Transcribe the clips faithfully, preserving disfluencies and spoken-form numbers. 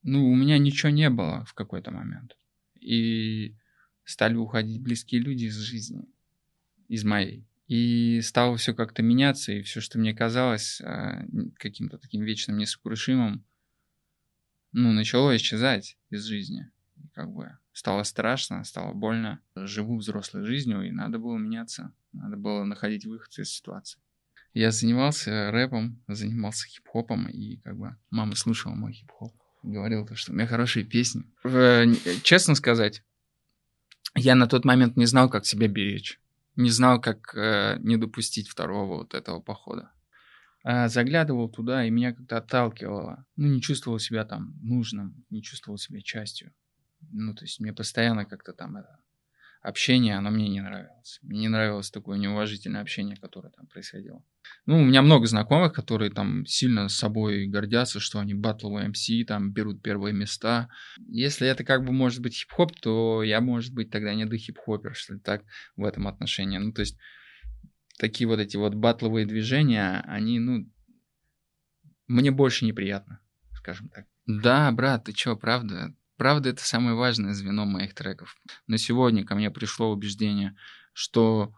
ну, у меня ничего не было в какой-то момент. И стали уходить близкие люди из жизни, из моей. И стало все как-то меняться, и все, что мне казалось э, каким-то таким вечным несокрушимым, ну, начало исчезать из жизни. И как бы стало страшно, стало больно. Живу взрослой жизнью, и надо было меняться. Надо было находить выход из ситуации. Я занимался рэпом, занимался хип-хопом, и как бы мама слушала мой хип-хоп. Говорила, что у меня хорошие песни. Честно сказать, я на тот момент не знал, как себя беречь. Не знал, как э, не допустить второго вот этого похода. А заглядывал туда, и меня как-то отталкивало. Ну, не чувствовал себя там нужным, не чувствовал себя частью. Ну, то есть мне постоянно как-то там это общение, оно мне не нравилось. Мне не нравилось такое неуважительное общение, которое там происходило. Ну, у меня много знакомых, которые там сильно с собой гордятся, что они баттловые эм си, там берут первые места. Если это как бы может быть хип-хоп, то я, может быть, тогда не до хип-хопер, что ли, так, в этом отношении. Ну, то есть такие вот эти вот баттловые движения, они, ну, мне больше неприятно, скажем так. Да, брат, ты чё, правда? Правда, это самое важное звено моих треков. На сегодня ко мне пришло убеждение, что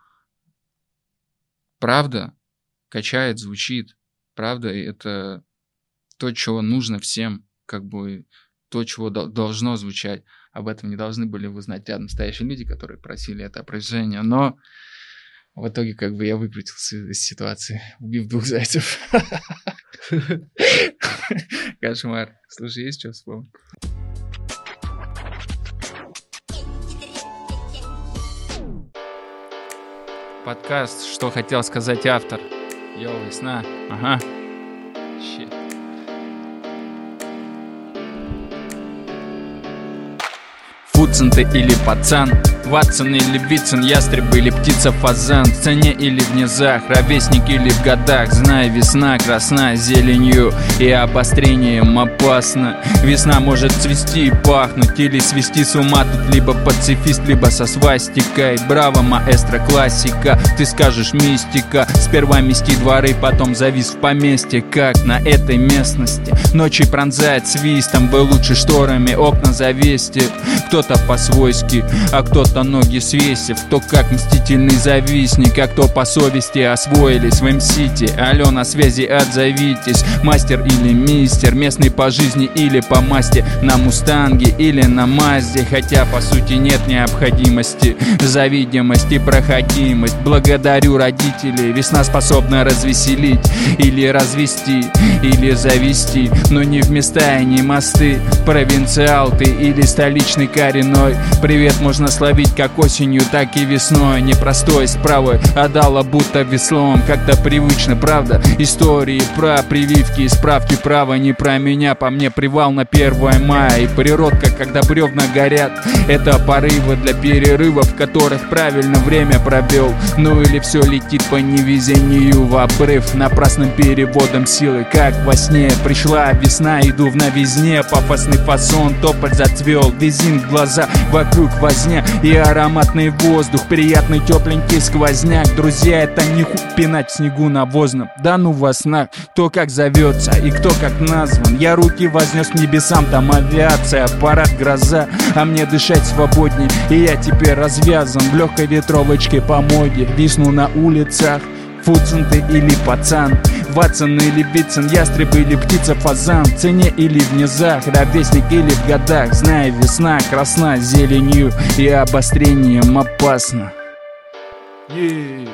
правда качает, звучит. Правда — это то, чего нужно всем, как бы то, чего до- должно звучать. Об этом не должны были узнать рядом стоящие люди, которые просили это опровержение. Но в итоге как бы я выкрутился из ситуации, убив двух зайцев. Кошмар. Слушай, есть что вспомнить? Подкаст «Что хотел сказать автор». Йоу, весна. Ага. Щит. Фудсон ты или пацан, Ватсон или Вицин, ястреб или птица фазан, в цене или в низах, ровесник или в годах, знай, весна красна зеленью и обострением опасна. Весна может цвести и пахнуть, или свести с ума тут либо пацифист, либо со свастикой. Браво, маэстро, классика, ты скажешь мистика. Сперва мести дворы, потом завис в поместье, как на этой местности. Ночи пронзает свистом, вы лучше шторами окна завесьте. Кто-то по-свойски, а кто-то ноги свесив, кто как мстительный завистник, а кто по совести освоились в эм-сити. Алло, на связи, отзовитесь, мастер или мистер, местный по жизни или по масти, на мустанге или на мазде, хотя по сути нет необходимости за видимость и проходимость. Благодарю родителей, весна способна развеселить или развести, или завести, но не в места и не мосты. Провинциал ты или столичный коренной, привет можно словить как осенью, так и весной. Непростой справа отдала будто веслом, как-то привычно, правда? Истории про прививки и справки, право не про меня, по мне привал на первое мая. И природка, когда бревна горят, это порывы для перерывов, в которых правильно время провел. Ну или все летит по невезению в обрыв, напрасным переводом силы, как во сне. Пришла весна, иду в новизне, пафосный фасон, тополь зацвел, визин в глаза, вокруг возня и ароматный воздух, приятный тепленький сквозняк. Друзья, это не хуй пинать в снегу навозном, да ну вас нах, кто как зовется и кто как назван. Я руки вознес к небесам, там авиация, аппарат, гроза, а мне дышать свободнее, и я теперь развязан в легкой ветровочке по моде. Висну на улицах, Фудсон ты или пацан, Ватсон или Вицин, ястреб или птица фазан, в цене или в низах, ровесник или в годах, знай, весна красна зеленью и обострением опасна. Yeah.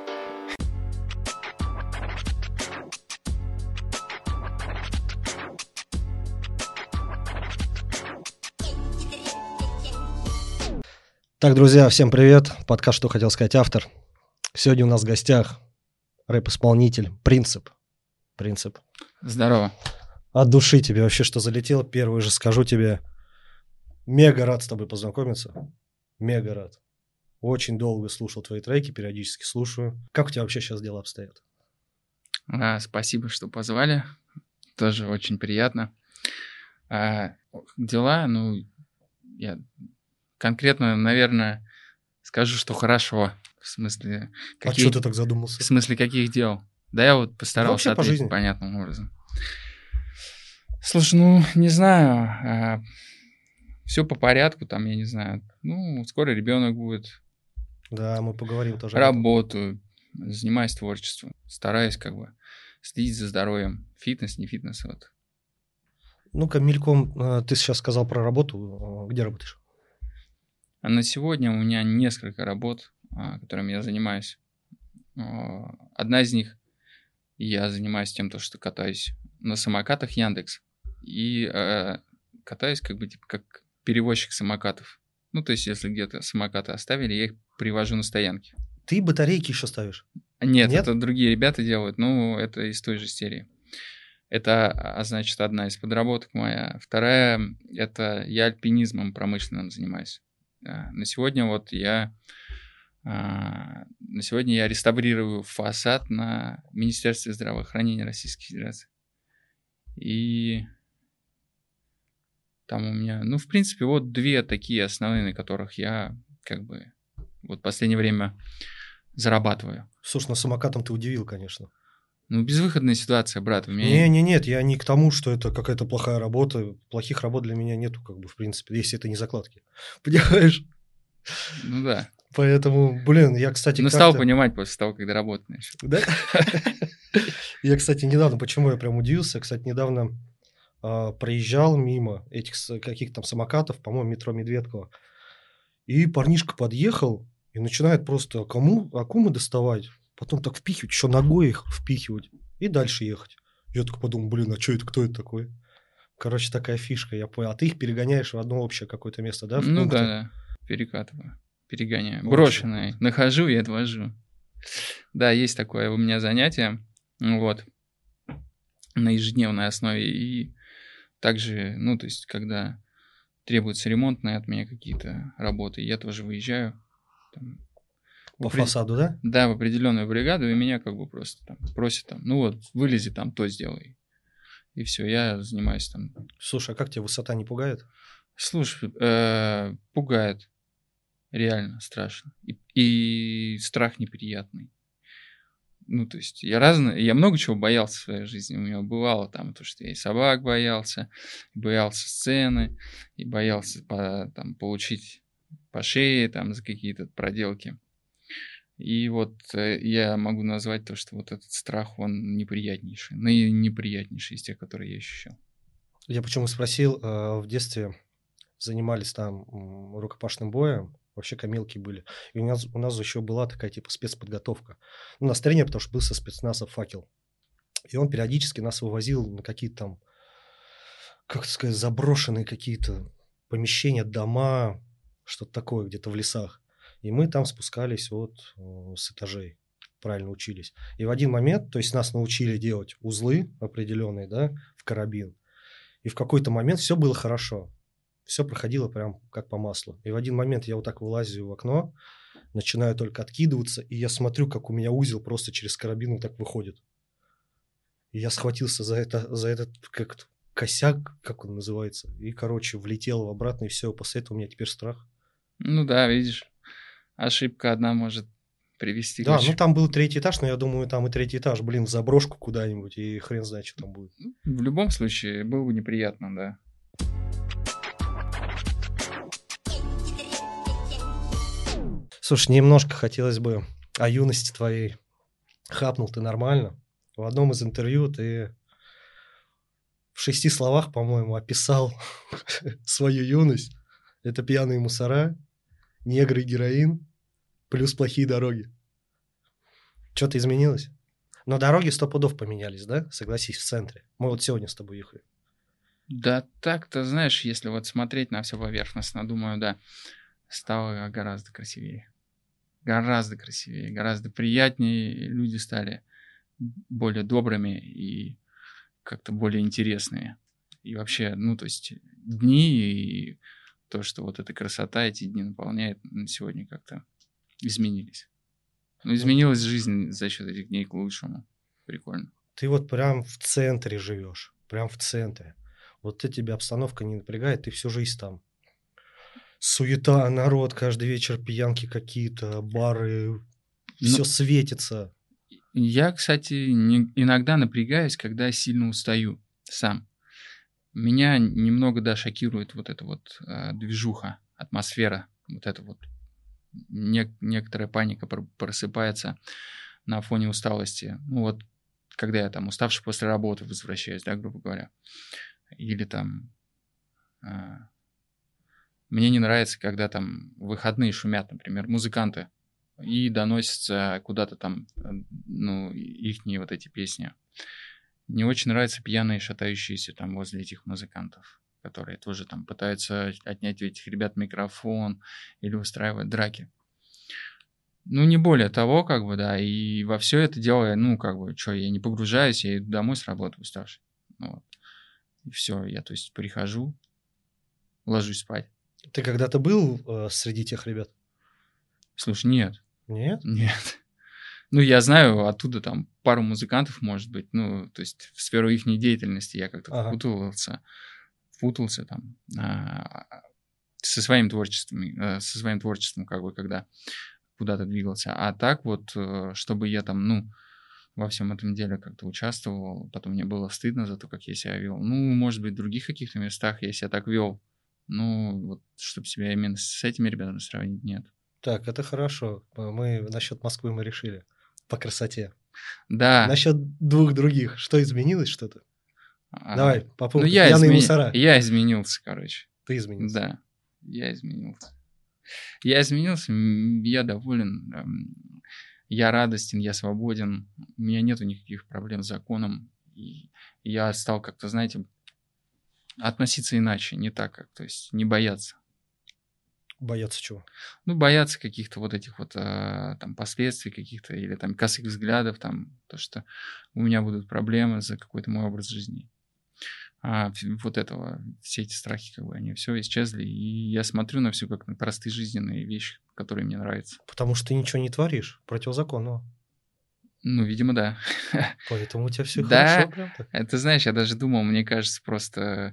Так, друзья, всем привет. Подкаст «Что хотел сказать автор». Сегодня у нас в гостях рэп-исполнитель Принцип. Принцип. Здорово. От души тебе вообще, что залетело. Первый же скажу тебе. Мега рад с тобой познакомиться. Мега рад. Очень долго слушал твои треки, периодически слушаю. Как у тебя вообще сейчас дела обстоят? А, спасибо, что позвали. Тоже очень приятно. А, дела, ну, я конкретно, наверное, скажу, что хорошо. В смысле... Какие... А что ты так задумался? В смысле, каких дел? Да я вот постарался ответить понятным образом. Слушай, ну, не знаю, все по порядку, там, я не знаю, ну, скоро ребенок будет. Да, мы поговорим тоже об этом. Работаю, занимаюсь творчеством, стараюсь как бы следить за здоровьем. Фитнес, не фитнес, вот. Ну-ка, мельком, э, ты сейчас сказал про работу. Где работаешь? А на сегодня у меня несколько работ, а, которыми я занимаюсь. А, Одна из них я занимаюсь тем, то, что катаюсь на самокатах Яндекс и э, катаюсь как бы типа как перевозчик самокатов. Ну, то есть, если где-то самокаты оставили, я их привожу на стоянки. Ты батарейки еще ставишь? Нет, Нет? это другие ребята делают, ну, это из той же серии. Это, а, значит, одна из подработок моя. Вторая, это я альпинизмом промышленным занимаюсь. А, На сегодня вот я а, на сегодня я реставрирую фасад на Министерстве здравоохранения Российской Федерации. И там у меня, ну, в принципе, вот две такие основные, на которых я как бы вот в последнее время зарабатываю. Слушай, на самокатом ты удивил, конечно. Ну, безвыходная ситуация, брат. У меня... Не, не, нет, я не к тому, что это какая-то плохая работа. Плохих работ для меня нету, как бы, в принципе, если это не закладки. Понимаешь? Ну да. Поэтому, блин, я, кстати, Ну, как-то... стал понимать после того, когда работать начал. Да? Я, кстати, недавно, почему я прям удивился, кстати, недавно а, проезжал мимо этих с- каких-то там самокатов, по-моему, метро Медведково, и парнишка подъехал и начинает просто кому, акумы доставать, потом так впихивать, еще ногой их впихивать и дальше ехать. Я так подумал, блин, а что это, кто это такой? Короче, такая фишка, я понял. А ты их перегоняешь в одно общее какое-то место, да, в Ну пункты? да, да. Перекатываю, перегоняю. Очень Брошенные. круто. Нахожу и отвожу. Да, есть такое у меня занятие. Ну вот. На ежедневной основе. И также, ну, то есть, когда требуются ремонтные от меня какие-то работы, я тоже выезжаю. Там, в По опре- фасаду, да? Да, в определенную бригаду, и меня как бы просто там просят там, ну вот, вылези там, то сделай. И все, я занимаюсь там. Слушай, а как тебя высота не пугает? Слушай, э, пугает. Реально страшно. И, и страх неприятный. Ну, то есть я разно, я много чего боялся в своей жизни. У меня бывало там то, что я и собак боялся, и боялся сцены, и боялся по, там, получить по шее там за какие-то проделки. И вот э, я могу назвать то, что вот этот страх, он неприятнейший. Наиприятнейший из тех, которые я ощущал. Я почему спросил, э, в детстве занимались там м, рукопашным боем, вообще камелки были. И у нас, у нас еще была такая типа спецподготовка. Ну, настроение, потому что был со спецназа «Факел». И он периодически нас вывозил на какие-то там, как сказать, заброшенные какие-то помещения, дома, что-то такое где-то в лесах. И мы там спускались вот э, с этажей, правильно учились. И в один момент, то есть нас научили делать узлы определенные, да, в карабин. И в какой-то момент все было хорошо. Все проходило прям как по маслу. И в один момент я вот так вылазю в окно, начинаю только откидываться, и я смотрю, как у меня узел просто через карабин вот так выходит. И я схватился за, это, за этот как косяк, как он называется, и, короче, влетел в обратно, и все. После этого у меня теперь страх. Ну да, видишь, ошибка одна может привести Да, к ну очень... там был третий этаж, но я думаю, там и третий этаж, блин, в заброшку куда-нибудь, и хрен знает, что там будет. В любом случае, было бы неприятно, да. Слушай, немножко хотелось бы о юности твоей. Хапнул ты нормально. В одном из интервью ты в шести словах, по-моему, описал свою юность. Это пьяные мусора, негры и героин, плюс плохие дороги. Что-то изменилось? Но дороги сто пудов поменялись, да? Согласись, в центре. Мы вот сегодня с тобой ехали. Да так-то, знаешь, если вот смотреть на все поверхностно, думаю, да, стало гораздо красивее. Гораздо красивее, гораздо приятнее. Люди стали более добрыми и как-то более интересные. И вообще, ну, то есть дни и то, что вот эта красота эти дни наполняет, на сегодня как-то изменились. Ну, изменилась жизнь за счет этих дней к лучшему. Прикольно. Ты вот прям в центре живешь, прям в центре. Вот это тебя обстановка не напрягает, ты всю жизнь там. Суета, народ, каждый вечер пьянки какие-то, бары, все Ну, светится. я, кстати, не- иногда напрягаюсь, когда сильно устаю сам. Меня немного, да, шокирует вот эта вот э, движуха, атмосфера, вот эта вот не, некоторая паника пр- просыпается на фоне усталости. Ну вот, когда я там уставший после работы возвращаюсь, да, грубо говоря, или там... э, мне не нравится, когда там выходные шумят, например, музыканты, и доносятся куда-то там, э, ну, ихние вот эти песни. Не очень нравятся пьяные, шатающиеся там возле этих музыкантов, которые тоже там пытаются отнять у этих ребят микрофон или устраивать драки. Ну, не более того, как бы, да, и во все это дело, ну, как бы, что, я не погружаюсь, я иду домой с работы уставший. Ну, вот. И все, я, то есть, прихожу, ложусь спать. Ты когда-то был э, среди тех ребят? Слушай, нет, Нет? нет. Ну, я знаю оттуда там пару музыкантов, может быть, ну, то есть в сферу их деятельности я как-то Ага. впутывался, впутался там а, со своим творчеством, э, со своим творчеством, как бы, когда куда-то двигался. А так вот, э, чтобы я там, ну, во всем этом деле как-то участвовал, потом мне было стыдно за то, как я себя вел. Ну, может быть, в других каких-то местах я себя так вел. Ну, вот, чтобы себя именно с этими ребятами сравнить, нет. Так, это хорошо. Мы насчет Москвы мы решили. По красоте. Да. Насчет двух других. Что изменилось что-то? а, Давай, по Ну, пункту. я, Пьяные изме- мусора. я изменился, короче. Ты изменился. Да, я изменился. Я изменился, м, я доволен, эм, я радостен, я свободен, у меня нету никаких проблем с законом. И я стал как-то, знаете, относиться иначе, не так, как, то есть не бояться. Бояться чего? Ну, бояться каких-то вот этих вот а, там последствий каких-то или там косых взглядов, там, то, что у меня будут проблемы за какой-то мой образ жизни. А, ф- вот этого, все эти страхи, как бы, они все исчезли, и я смотрю на все как на простые жизненные вещи, которые мне нравятся. Потому что ты ничего не творишь противозаконного. Ну, видимо, да. Поэтому у тебя все Да, хорошо прям так. это, знаешь, я даже думал, мне кажется, просто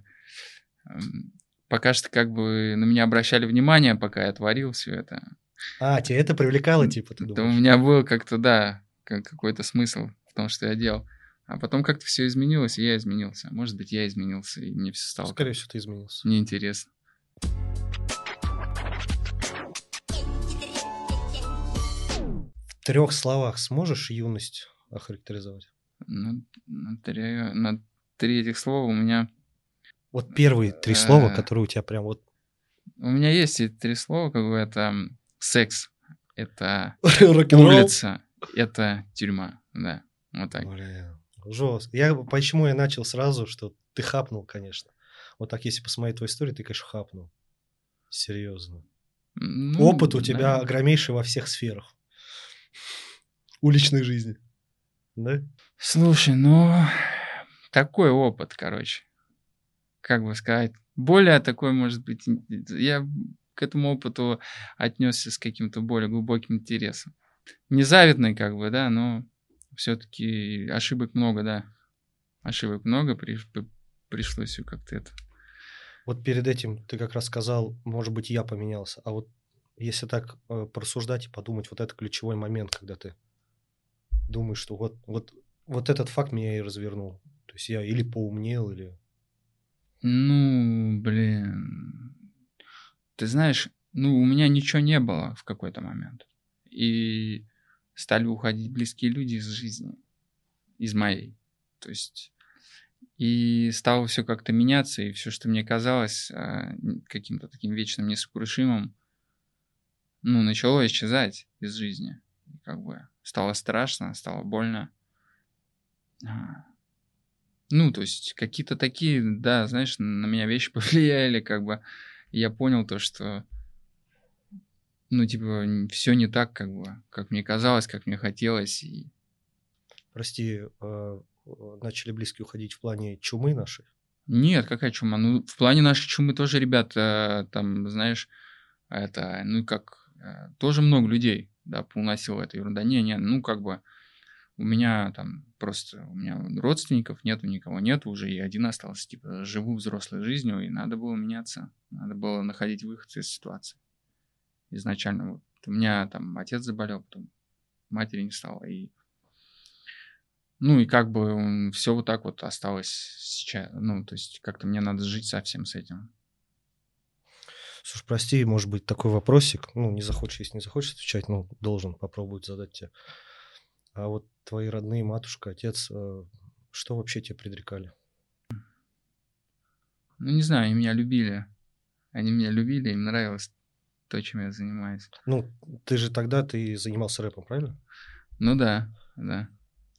эм, пока что как бы на меня обращали внимание, пока я творил все это. А, тебя это привлекало, типа, ты То у думаешь? меня был как-то, да, как- какой-то смысл в том, что я делал. А потом как-то все изменилось, и я изменился. Может быть, я изменился, и мне все стало Скорее как-то всего, ты изменился. неинтересно. В трех словах сможешь юность охарактеризовать? Ну, на три, на три этих слова у меня... Вот первые три слова, э, которые у тебя прям вот... У меня есть эти три слова, как бы это м, секс, это Рок-н-ролл. улица, это тюрьма, да, вот так. Блин, жестко. Я, почему я начал сразу, что ты хапнул, конечно. Вот так, если посмотреть твою историю, ты, конечно, хапнул. Серьезно. Ну, Опыт у тебя наверное. огромнейший во всех сферах уличной жизни. Да? Слушай, ну, такой опыт, короче, как бы сказать, более такой, может быть, ин- я к этому опыту отнесся с каким-то более глубоким интересом. Незавидный, как бы, да, но все-таки ошибок много, да, ошибок много, приш- п- пришлось все как-то это. Вот перед этим ты как раз сказал, может быть, я поменялся. А вот если так э, порассуждать и подумать, вот это ключевой момент, когда ты думаешь, что вот, вот, вот этот факт меня и развернул. То есть я или поумнел, или... Ну, блин, ты знаешь, ну, у меня ничего не было в какой-то момент. И стали уходить близкие люди из жизни, из моей. То есть, и стало все как-то меняться, и все, что мне казалось а, н- каким-то таким вечным несокрушимым, ну, начало исчезать из жизни. И как бы стало страшно, стало больно. А, Ну, то есть какие-то такие, да, знаешь, на меня вещи повлияли, как бы. И я понял то, что ну, типа, все не так, как бы, как мне казалось, как мне хотелось. И... Прости, э, э, начали близкие уходить в плане чумы нашей. Нет, какая чума? Ну, в плане нашей чумы тоже, ребята, там, знаешь, это, ну, как, э, тоже много людей, да, поуносила эта ерунда. Не, не, ну, как бы, у меня там просто, у меня родственников нету, никого нету, уже и один остался, типа, живу взрослой жизнью, и надо было меняться, надо было находить выход из ситуации. Изначально вот у меня там отец заболел, потом матери не стало, и Ну, и как бы все вот так вот осталось сейчас. Ну, то есть как-то мне надо жить совсем с этим. Слушай, прости, может быть, такой вопросик. Ну, не захочешь, если не захочешь отвечать, ну, должен попробовать задать тебе. А вот твои родные, матушка, отец, э, что вообще тебе предрекали? Ну, не знаю, они меня любили. Они меня любили, им нравилось то, чем я занимаюсь. Ну, ты же тогда ты занимался рэпом, правильно? Ну да, да.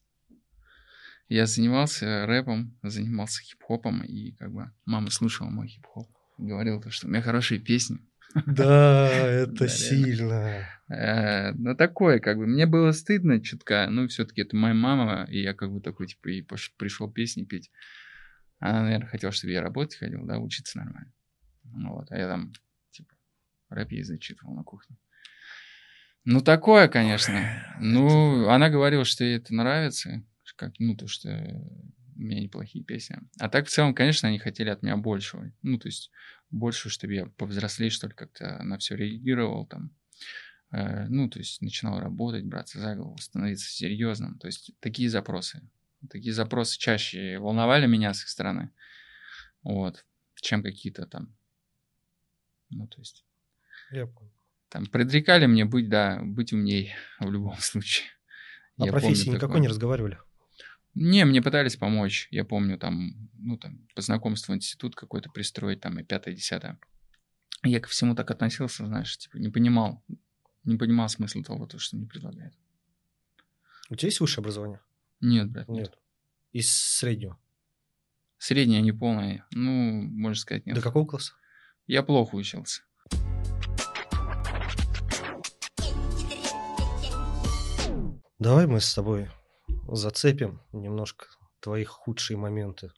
Я занимался рэпом, занимался хип-хопом, и как бы мама слушала мой хип-хоп. Говорила, то, что у меня хорошие песни. Да, это Да, реально. сильно. Э, Ну, такое, как бы, мне было стыдно чутка, ну, все-таки это моя мама, и я как бы такой, типа, и пош- пришел песни петь. Она, наверное, хотела, чтобы я работать ходил, да, учиться нормально. Ну вот, а я там, типа, рэп ей зачитывал на кухне. Ну, такое, конечно. Ну, она говорила, что ей это нравится, как, ну, то, что у меня неплохие песни. А так, в целом, конечно, они хотели от меня большего. Ну, то есть, больше, чтобы я повзрослее, что ли, как-то на все реагировал, там. Э, ну, то есть, начинал работать, браться за голову, становиться серьезным. То есть, такие запросы. Такие запросы чаще волновали меня с их стороны, вот, чем какие-то там, ну, то есть... Я понял. Там предрекали мне быть, да, быть умней в любом случае. О Я профессии помню никакой такое. не разговаривали? Не, мне пытались помочь. Я помню, там, ну, там, по знакомству в институт какой-то пристроить, там, и пятое, десятое. Я ко всему так относился, знаешь, типа, не понимал, не понимал смысла того, то, что мне предлагают. У тебя есть высшее образование? Нет, брат, нет. Нет. Из среднего? Среднее, не полное. Ну, можно сказать, нет. До какого класса? Я плохо учился. Давай мы с тобой зацепим немножко твои худшие моменты.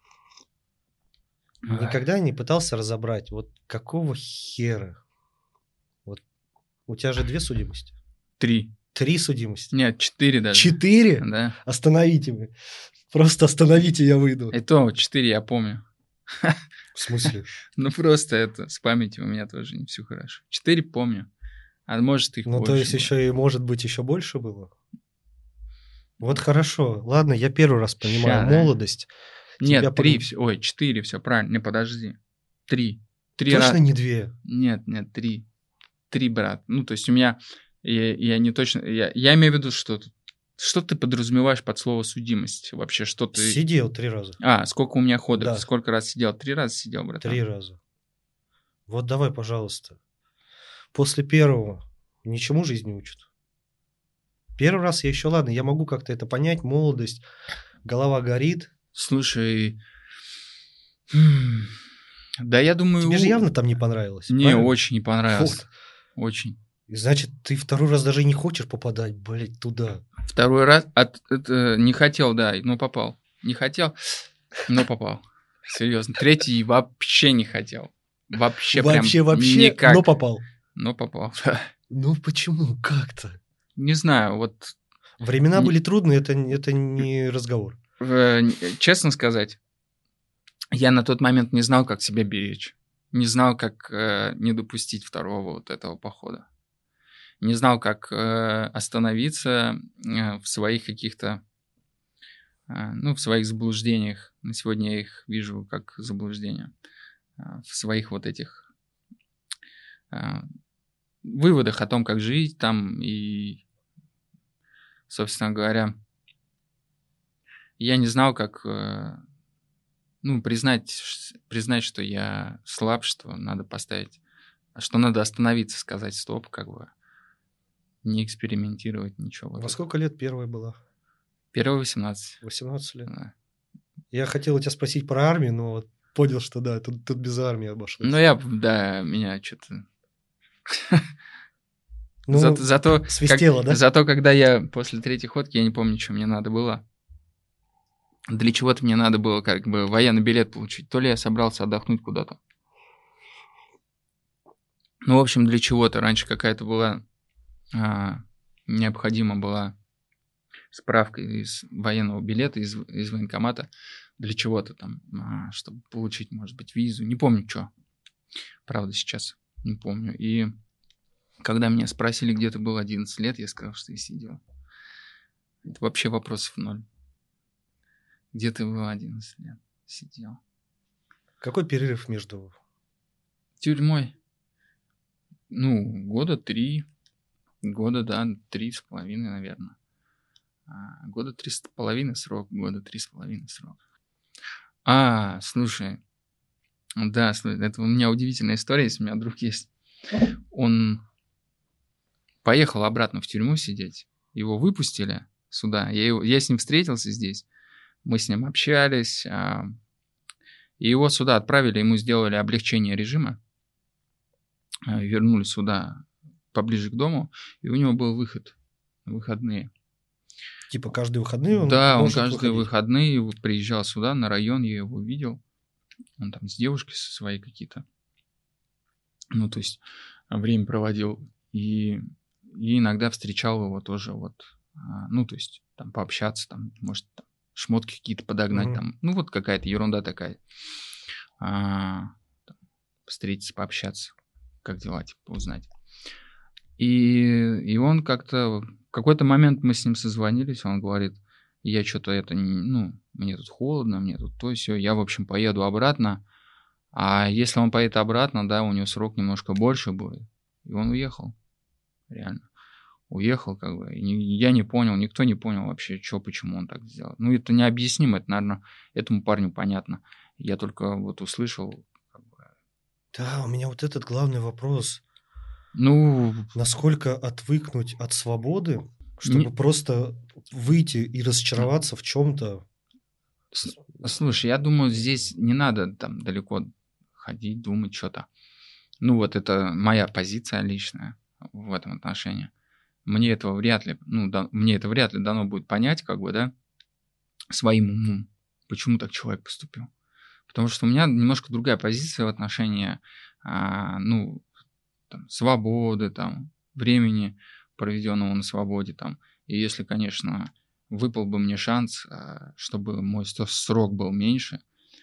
Никогда не пытался разобрать, вот какого хера? Вот у тебя же две судимости. Три. Три судимости. Нет, четыре даже. Четыре? Да. Остановите меня. Просто остановите, я выйду. И то четыре я помню. В смысле? Ну, просто это, с памятью у меня тоже не все хорошо. Четыре помню. А может, их Ну, больше то есть было. еще и, может быть, еще больше было? Вот хорошо. Ладно, я первый раз понимаю Ща, да? молодость. Нет, Тебя три, погн- всё- ой, четыре, все правильно. Не, подожди. Три. Три Точно раза. не две? Нет, нет, три. Три, брат. Ну, то есть у меня, я, я не точно, я, я имею в виду, что тут- что ты подразумеваешь под слово судимость? Вообще, что ты... Сидел три раза. А, сколько у меня ходов? Да. Сколько раз сидел? Три раза сидел, брат. Три раза. Вот давай, пожалуйста. После первого ничему жизнь не учат. Первый раз я еще, ладно, я могу как-то это понять, молодость, голова горит. Слушай, м, да я думаю... Тебе же у- явно там не понравилось. Не, правильно? очень не понравилось. Вот. Очень. И значит, ты второй раз даже и не хочешь попадать, блядь, туда. Второй раз от, это, не хотел, да, но попал. Не хотел, но попал. Серьезно. Третий вообще не хотел. Вообще, Вообще, прям вообще, никак. но попал. Но попал, да. Ну почему? Как-то? Не знаю, вот Времена Не- были трудные, это, это не разговор. э, н- честно сказать, я на тот момент не знал, как себя беречь. Не знал, как э, не допустить второго вот этого похода. Не знал, как э, остановиться э, в своих каких-то, э, ну, в своих заблуждениях. На сегодня я их вижу как заблуждения. Э, в своих вот этих э, выводах о том, как жить там. И, собственно говоря, я не знал, как э, ну, признать, ш- признать, что я слаб, что надо поставить, что надо остановиться, сказать стоп, как бы не экспериментировать, ничего. вот Во этого. сколько лет первая была? Первого восемнадцать. восемнадцать лет. Да. Я хотел у тебя спросить про армию, но вот понял, что да, тут, тут без армии обошлось. Ну, я, да, меня что-то... Ну, зато, зато, как- свистело, да? зато, когда я после третьей ходки, я не помню, что мне надо было. Для чего-то мне надо было как бы военный билет получить. То ли я собрался отдохнуть куда-то. Ну, в общем, для чего-то. Раньше какая-то была... а, необходима была справка из военного билета, из, из военкомата. Для чего-то там, а, чтобы получить, может быть, визу. Не помню, что. Правда, сейчас не помню. И когда меня спросили, где ты был одиннадцать лет, я сказал, что я сидел. Это вообще вопросов ноль. Где ты был одиннадцать лет? Сидел. Какой перерыв между... Тюрьмой? Ну, года три. Года, да, три с половиной, наверное. А, года три с половиной срок, года три с половиной срок. А, слушай, да, слушай, это у меня удивительная история, если у меня друг есть. Он поехал обратно в тюрьму сидеть, его выпустили сюда, я, его, я с ним встретился здесь, мы с ним общались, а, и его сюда отправили, ему сделали облегчение режима, а, вернули сюда поближе к дому, и у него был выход, выходные. Типа каждые выходные он Да, он может каждые выходить? выходные вот приезжал сюда, на район, я его видел. Он там с девушкой со своей какие-то. Ну, то есть время проводил. И, и иногда встречал его тоже вот, а, ну, то есть там пообщаться, там, может, там, шмотки какие-то подогнать, Мгм. там, ну, вот какая-то ерунда такая. А, там, встретиться, пообщаться, как дела, типа, узнать. И, и он как-то... В какой-то момент мы с ним созвонились, он говорит, я что-то это, ну, мне тут холодно, мне тут то все, я, в общем, поеду обратно, а если он поедет обратно, да, у него срок немножко больше будет, и он уехал, реально, уехал, как бы, и не- я не понял, никто не понял вообще, что, почему он так сделал, ну, это необъяснимо, это, наверное, этому парню понятно, я только вот услышал, как бы, Да, у меня вот этот главный вопрос. ну, Насколько отвыкнуть от свободы, не- чтобы просто выйти и разочароваться в чем-то? С- Слушай, я думаю, здесь не надо там далеко ходить, думать что-то. Ну, вот это моя позиция личная в этом отношении. Мне этого вряд ли, ну, да- мне это вряд ли дано будет понять, как бы, да, своим умом, почему так человек поступил. Потому что у меня немножко другая позиция в отношении, а, ну, там, свободы, там, времени, проведенного на свободе, там. И если, конечно, выпал бы мне шанс, а, чтобы мой сто- срок был меньше,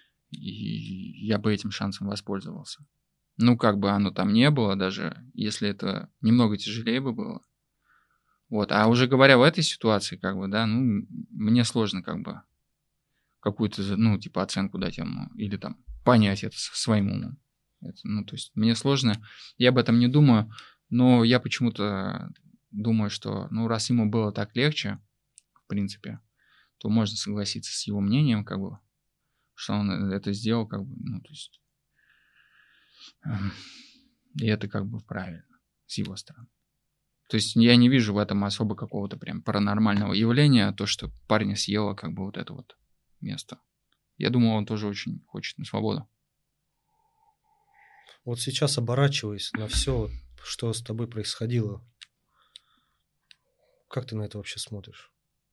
и я бы этим шансом воспользовался. Ну, как бы оно там не было, даже если это немного тяжелее бы было. Вот. А уже говоря в этой ситуации, как бы, да, ну, мне сложно как бы какую-то, ну, типа оценку дать ему или там понять это со- своим умом. Это, ну, то есть мне сложно, я об этом не думаю, но я почему-то думаю, что, ну, раз ему было так легче, в принципе, то можно согласиться с его мнением, как бы, что он это сделал, как бы, ну, то есть, эм, и это как бы правильно с его стороны. То есть я не вижу в этом особо какого-то прям паранормального явления, то, что парня съело как бы вот это вот место. Я думаю, он тоже очень хочет на свободу. Вот сейчас оборачиваясь на все, что с тобой происходило, как ты на это вообще смотришь?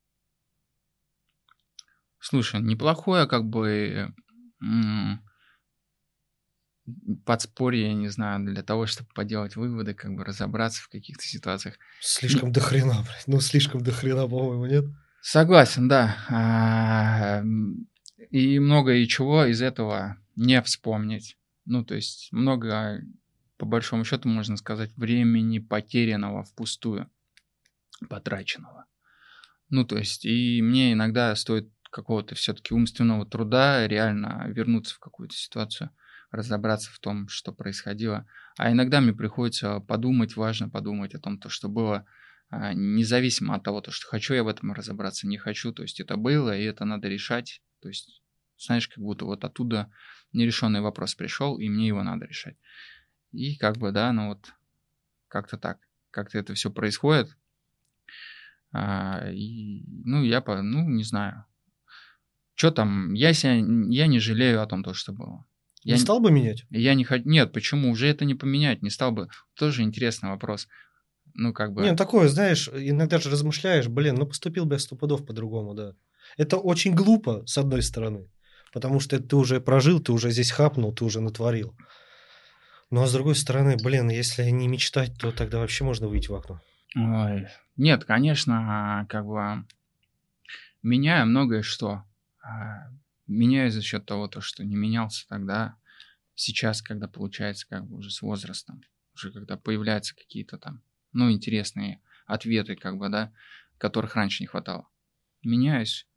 Слушай, неплохое как бы м, подспорье, я не знаю, для того, чтобы поделать выводы, как бы разобраться в каких-то ситуациях. Не- Слишком дохрена, блядь. Ну, слишком дохрена, по-моему, нет? Согласен, да. А, м, И много и чего из этого не вспомнить. Ну, то есть много, по большому счету, можно сказать, времени потерянного впустую, потраченного. Ну, то есть, и мне иногда стоит какого-то все-таки умственного труда реально вернуться в какую-то ситуацию, разобраться в том, что происходило. А иногда мне приходится подумать, важно подумать о том, то, что было, а, независимо от того, то, что хочу я в этом разобраться, не хочу. То есть это было, и это надо решать. То есть, знаешь, как будто вот оттуда нерешенный вопрос пришел, и мне его надо решать. И как бы, да, ну вот как-то так. Как-то это все происходит. А, и, ну, я, по, ну, не знаю. Что там? Я, себя, я не жалею о том, то, что было. Не Я, стал бы менять? я не хочу... Нет, почему? Уже это не поменять, не стал бы. Тоже интересный вопрос. Ну, как Не, ну бы... такое, знаешь, иногда же размышляешь, блин, ну поступил бы я сто пудов по-другому, да. Это очень глупо, с одной стороны, потому что ты уже прожил, ты уже здесь хапнул, ты уже натворил. Ну а с другой стороны, блин, если не мечтать, то тогда вообще можно выйти в окно. Ой, нет, конечно, как бы меняю многое что. А, Меняю за счет того, то, что не менялся тогда. Сейчас, когда получается как бы уже с возрастом, уже когда появляются какие-то там, ну, интересные ответы, как бы, да, которых раньше не хватало. Меняюсь,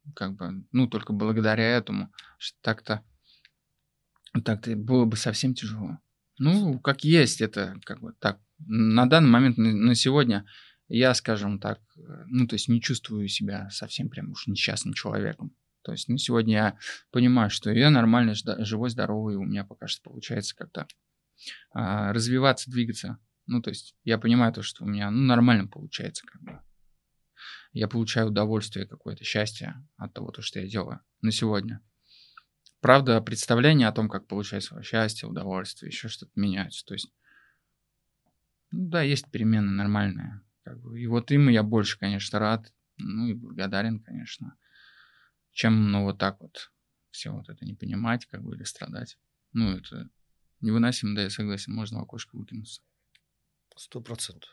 как бы, ну, только благодаря этому, что так-то, так-то было бы совсем тяжело. Ну, как есть, это как бы так. На данный момент, на, на сегодня, я, скажем так, ну, то есть не чувствую себя совсем прям уж несчастным человеком. То есть, ну, сегодня я понимаю, что я нормально, живой, здоровый, у меня пока что получается как-то а, развиваться, двигаться. Ну, то есть я понимаю то, что у меня, ну, нормально получается как бы. Я получаю удовольствие, какое-то счастье от того, то, что я делаю на сегодня. Правда, представление о том, как получать свое счастье, удовольствие, еще что-то меняются. То есть, ну да, есть перемены нормальные. Как бы. И вот им я больше, конечно, рад, ну и благодарен, конечно, чем, ну, вот так вот все вот это не понимать, как бы, или страдать. Ну, это невыносимо, да, я согласен, можно в окошко выкинуться. Сто процентов.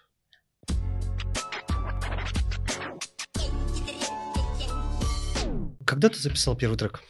Когда ты записал первый трек?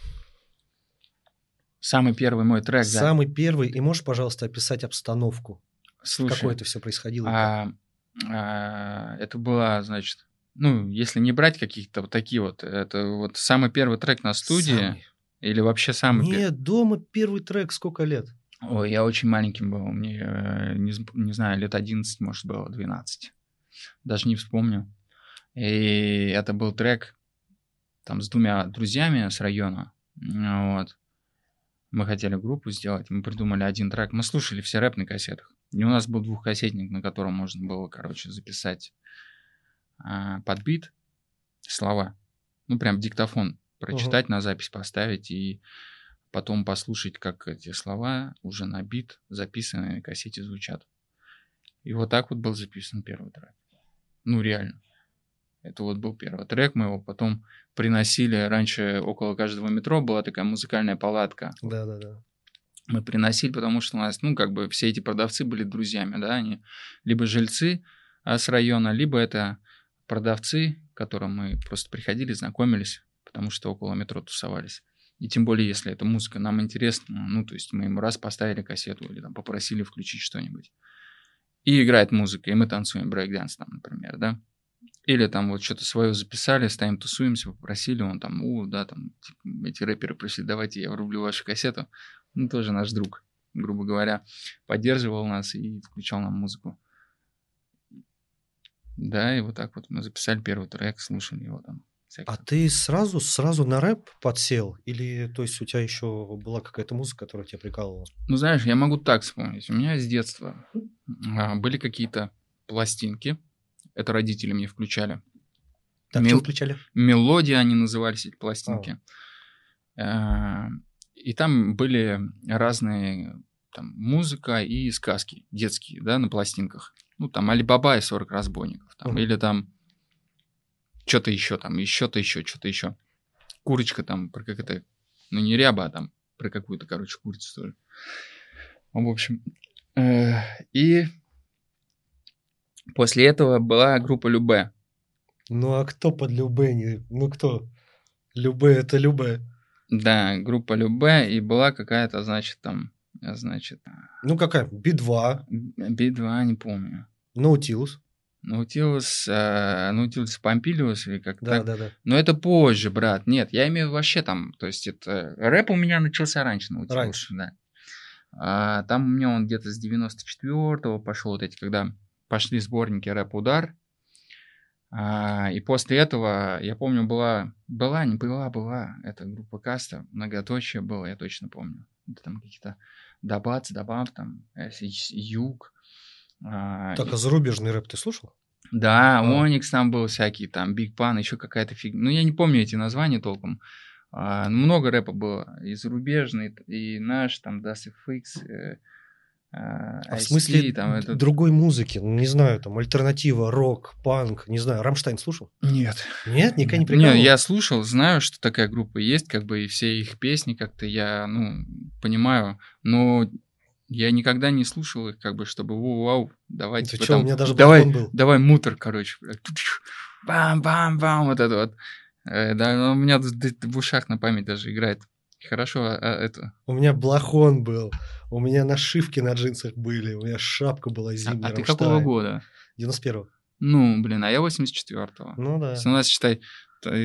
Самый первый мой трек. Самый да. первый. И можешь, пожалуйста, описать обстановку? Слушай, какое это все происходило? А, а, это было, значит, ну, если не брать каких-то вот такие вот, это вот самый первый трек на студии. Самый. Или вообще самый первый? Нет, дома первый трек сколько лет? Ой, я очень маленьким был. Мне, не, не знаю, лет одиннадцать, может, было, двенадцать. Даже не вспомню. И это был трек там с двумя друзьями с района. Вот. Мы хотели группу сделать, мы придумали один трек. Мы слушали все рэп на кассетах. И у нас был двухкассетник, на котором можно было, короче, записать а, под бит слова. Ну, прям диктофон прочитать, uh-huh. на запись поставить и потом послушать, как эти слова уже на бит записанные на кассете звучат. И вот так вот был записан первый трек. Ну, реально. Это вот был первый трек, мы его потом приносили. Раньше около каждого метро была такая музыкальная палатка. Да-да-да. Мы приносили, потому что у нас, ну, как бы все эти продавцы были друзьями, да, они либо жильцы а, с района, либо это продавцы, к которым мы просто приходили, знакомились, потому что около метро тусовались. И тем более, если эта музыка нам интересна, ну, то есть мы ему раз поставили кассету или там попросили включить что-нибудь. И играет музыка, и мы танцуем брейк-данс там, например, да. Или там вот что-то свое записали, стоим, тусуемся, попросили, он там, о, да, там, типа, эти рэперы просили, давайте я врублю вашу кассету. Ну, тоже наш друг, грубо говоря, поддерживал нас и включал нам музыку. Да, и вот так вот мы записали первый трек, слушали его там. А ты сразу, сразу на рэп подсел? Или, то есть, у тебя еще была какая-то музыка, которая тебя прикалывала? Ну, знаешь, я могу так вспомнить. У меня с детства а, были какие-то пластинки. Это родители мне включали. Так, Мел... что включали? Мелодии они назывались, эти пластинки. А. И там были разные там, музыка и сказки детские, да, на пластинках. Ну, там Али-Баба и сорок разбойников. Там, uh-huh. Или там что-то еще, там, еще-то еще, что-то еще. Курочка там, про как это, ну, не ряба, а там про какую-то, короче, курицу тоже. В общем. Э- и после этого была группа Любэ. Ну, а кто под Любэ? Не... Ну, кто? Любэ — это Любэ. Да, группа Любэ, и была какая-то, значит, там, значит... Ну, какая? Би два. Би два, не помню. Наутилус. Наутилус, э, Наутилус Помпилиус или как-то да, так. Да, да, Но это позже, брат. Нет, я имею вообще там, то есть это... Рэп у меня начался раньше, Наутилус. Раньше. Да. А, там у меня он где-то с девяносто четвёртого пошел, вот эти, когда пошли сборники «Рэп-удар». А, и после этого, я помню, была, была, не была, была, эта группа Каста, многоточие было, я точно помню. Это там какие-то Дабац, Дабав, там, Юг. А, так, и... а зарубежный рэп ты слушал? Да, а. Оникс там был всякий, там, Биг Пан, еще какая-то фигня. Ну, я не помню эти названия толком. А, много рэпа было, и зарубежный, и наш, там, Das эф икс, э, А, а в смысле там, это... другой музыки? Не знаю, там альтернатива, рок, панк, не знаю. Рамштайн слушал? Нет. Нет? Никогда не прикалывал? Нет, я слушал, знаю, что такая группа есть, как бы и все их песни как-то я, ну, понимаю, но я никогда не слушал их, как бы, чтобы вау-вау, давайте... Ты что, у меня даже давай, был. Давай мутор, короче. Бам-бам-бам, вот это вот. Да, у меня в ушах на память даже играет. Хорошо, а, а это... У меня блахон был, у меня нашивки на джинсах были, у меня шапка была зимняя. А, а ты какого года? девяносто первого. Ну, блин, а я восемьдесят четвёртого. Ну да. То есть у нас, считай,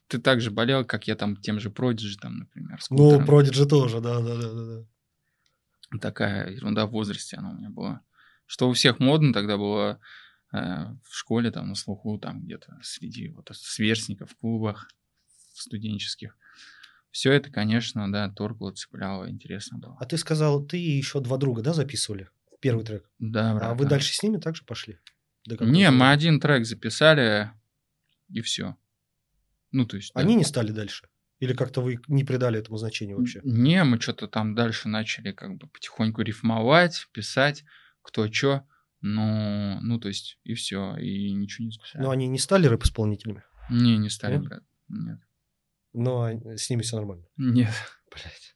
Ты так же болел, как я там тем же Prodigy, там, например, Ну, скутером. Prodigy тоже, да-да-да. Такая ерунда в возрасте она у меня была. Что у всех модно тогда было э, в школе, там, на слуху, там, где-то среди вот сверстников, в клубах, в студенческих. Все это, конечно, да, торкало, цепляло, интересно было. А ты сказал, ты и еще два друга, да, записывали первый трек? Да, брат. А вы да. дальше с ними также пошли? До Не, какого-то мы времени? один трек записали, и все. Ну, то есть, да. Они не стали дальше? Или как-то вы не придали этому значения вообще? Не, мы что-то там дальше начали как бы потихоньку рифмовать, писать, кто что. Ну, ну, то есть, и все, и ничего не записали. Но они не стали рэп-исполнителями? Не, не стали, Нет? брат. Нет. Но они- с ними все нормально? Нет. Блять.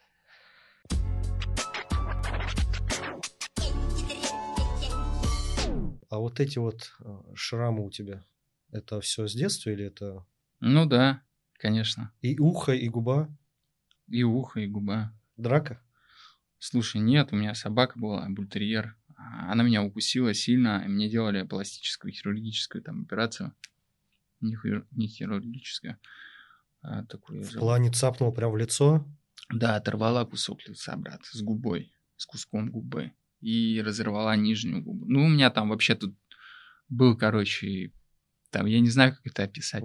А вот эти вот э, шрамы у тебя, это все с детства или это Ну да, конечно. и ухо, и губа, И ухо, и губа. драка? Слушай, нет, у меня собака была, бультерьер. А, Она меня укусила сильно, и мне делали пластическую, хирургическую там операцию. Не, хир- не хирургическую, а такую. В зав- плане цапнул прям в лицо? Да, оторвала кусок лица, брат, с губой, с куском губы. И разорвала нижнюю губу. Ну, у меня там вообще тут был, короче, там, я не знаю, как это описать.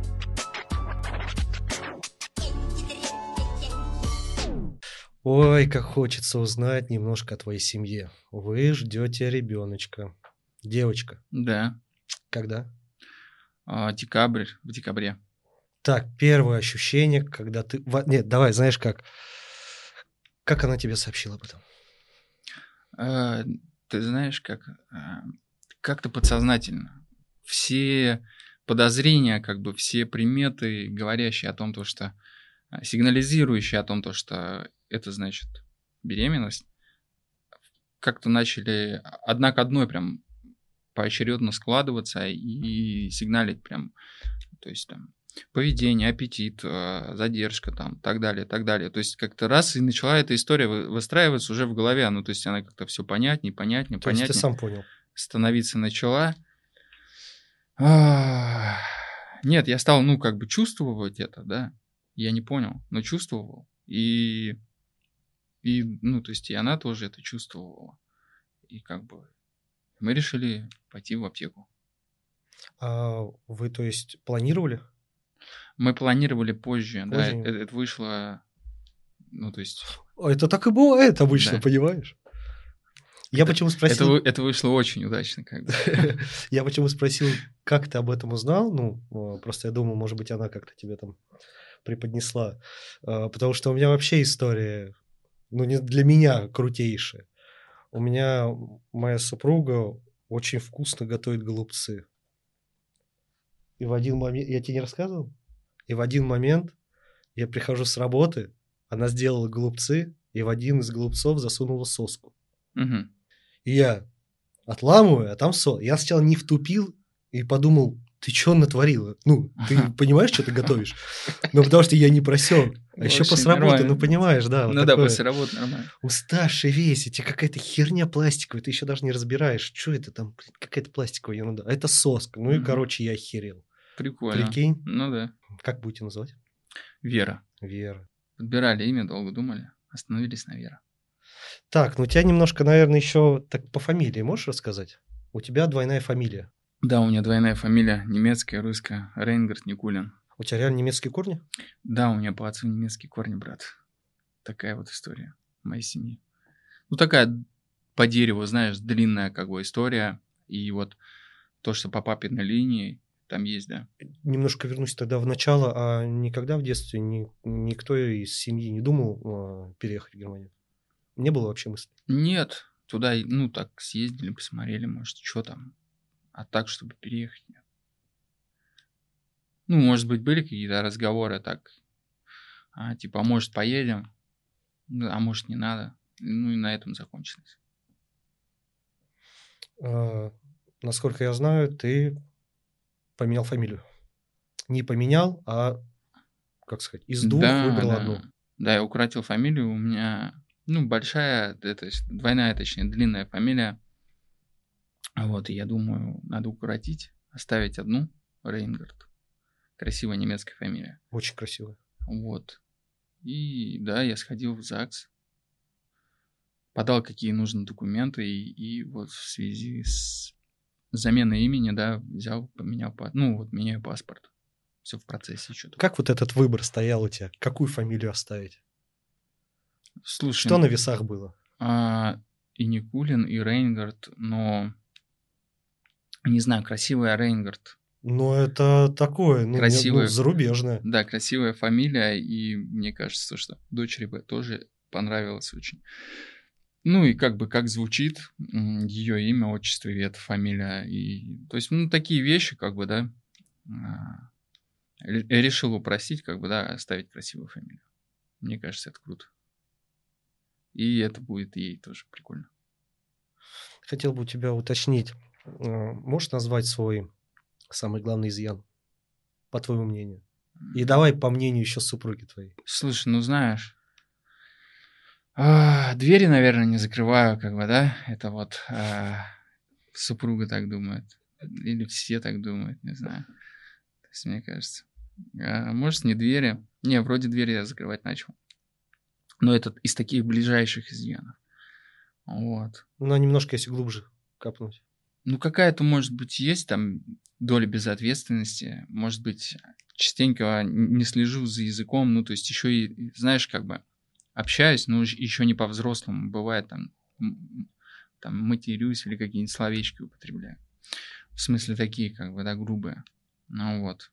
Ой, как хочется узнать немножко о твоей семье. Вы ждете ребеночка. Девочка. Да, Когда? а, декабрь, в декабре. Так, первое ощущение, когда ты... во- Нет, давай, знаешь как? Как она тебе сообщила об этом? А, Ты знаешь, как а, как-то подсознательно. Все подозрения, как бы все приметы, говорящие о том, то, что а, сигнализирующие о том, то, что это значит беременность, как-то начали одна к одной прям поочередно складываться и сигналить прям, то есть там поведение, аппетит, э, задержка там, так далее, так далее. То есть как-то раз и начала эта история вы- выстраиваться уже в голове, ну то есть она как-то все понятнее, понятнее, То есть ты понятнее сам понял. становиться начала. Ах, Нет, я стал, ну как бы чувствовать это, да, я не понял, но чувствовал. И, и ну то есть и она тоже это чувствовала. И как бы мы решили пойти в аптеку. А вы, то есть, планировали? Мы планировали позже, да, Позже? это, это вышло, ну, то есть, О, это так и бывает обычно, Да. понимаешь? Я это, почему это, спросил... вы- это вышло очень удачно, как бы. Я почему спросил, как ты об этом узнал? Ну, э, просто я думал, может быть, она как-то тебе там преподнесла. Э, Потому что у меня вообще история, ну, не для меня крутейшая. У меня моя супруга очень вкусно готовит голубцы. И в один момент... Я тебе не рассказывал? И в один момент я прихожу с работы, она сделала голубцы, и в один из голубцов засунула соску. Мгм. И я отламываю, а там сос. Я сначала не втупил и подумал, ты что натворила? Ну, ты понимаешь, что ты готовишь? Ну, потому что я не просек. А еще Вообще после работы, нормально. ну, понимаешь, да. вот Ну да, такое. после работы нормально. Уставший весь, и тебе какая-то херня пластиковая, ты еще даже не разбираешь, что это там, блин, какая-то пластиковая ерунда. А это соска. Ну и, Мгм. короче, я охерел. Прикольно. Прикинь, Ну да. как будете называть? Вера. Вера. Подбирали имя, долго думали, остановились на Вера. Так, ну у тебя немножко, наверное, еще так по фамилии можешь рассказать? У тебя двойная фамилия. Да, у меня двойная фамилия, немецкая, русская, Рейнгард Никулин. У тебя реально немецкие корни? Да, у меня по отцу немецкие корни, брат. Такая вот история моей семьи. Ну, такая по дереву, знаешь, длинная как бы история. И вот то, что по папиной линии, там есть, да. Немножко вернусь тогда в начало. А никогда в детстве ни- никто из семьи не думал э, переехать в Германию? Не было вообще мысли? Нет, туда, и, ну, так съездили, посмотрели, может, что там. А так, чтобы переехать, нет. Ну, может быть, были какие-то разговоры так, а, типа, а может, поедем, ну, а может, не надо. Ну, и на этом закончилось. А, насколько я знаю, ты поменял фамилию. Не поменял, а, как сказать, из двух Да, выбрал да. одну. Да, я укоротил фамилию, у меня, ну, большая, это, есть двойная, точнее, длинная фамилия. Вот, и я думаю, надо укоротить, оставить одну, Рейнгард. Красивая немецкая фамилия. Очень красивая. Вот. И да, я сходил в ЗАГС, подал какие нужны документы, и, и вот в связи с заменой имени, да, взял, поменял, па- ну вот меняю паспорт. Все в процессе еще. Как вот этот выбор стоял у тебя? Какую фамилию оставить? Слушай, Что на весах было? а, и Никулин, и Рейнгард, но не знаю, красивая Рейнгард. Ну, это такое, ну, не- ну, Красивая. зарубежное. Да, красивая фамилия, и мне кажется, что дочери бы тоже понравилось очень. Ну и как бы как звучит ее имя, отчество и эта фамилия. И, то есть, ну, такие вещи, как бы, да, а, ре- решил упростить, как бы, да, оставить красивую фамилию. Мне кажется, это круто. И это будет ей тоже прикольно. Хотел бы у тебя уточнить. э, Можешь назвать свой самый главный изъян, по твоему мнению? И давай по мнению еще супруги твоей. Слушай, ну знаешь, а, двери, наверное, не закрываю, как бы, да, это вот а, супруга так думает. Или все так думают, не знаю. То есть, мне кажется. А, может, не двери. Не, вроде двери я закрывать начал. Но это из таких ближайших изъянов. Вот. Но немножко, если глубже копнуть. Ну, какая-то, может быть, есть там доля безответственности. Может быть, частенько не слежу за языком. Ну, то есть, еще и, знаешь, как бы общаюсь, но еще не по-взрослому. Бывает там, м, там матерюсь или какие-нибудь словечки употребляю. В смысле, такие, как бы, да, грубые. Ну, вот.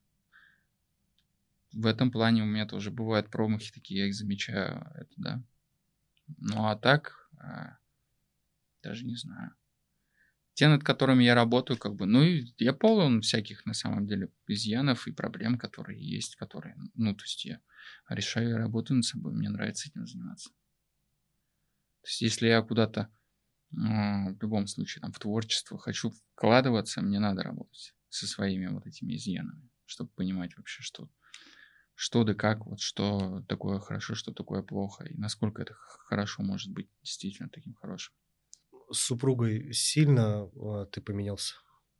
В этом плане у меня тоже бывают промахи такие, я их замечаю, это да. Ну, а так, а, даже не знаю. Те, над которыми я работаю, как бы, ну, и я полон всяких, на самом деле, изъянов и проблем, которые есть, которые, ну, то есть я решаю и работаю над собой, мне нравится этим заниматься. То есть если я куда-то, а, в любом случае, там, в творчество хочу вкладываться, мне надо работать со своими вот этими изъянами, чтобы понимать вообще, что что да как, вот что такое хорошо, что такое плохо, и насколько это х- хорошо может быть действительно таким хорошим. С супругой сильно а, ты поменялся?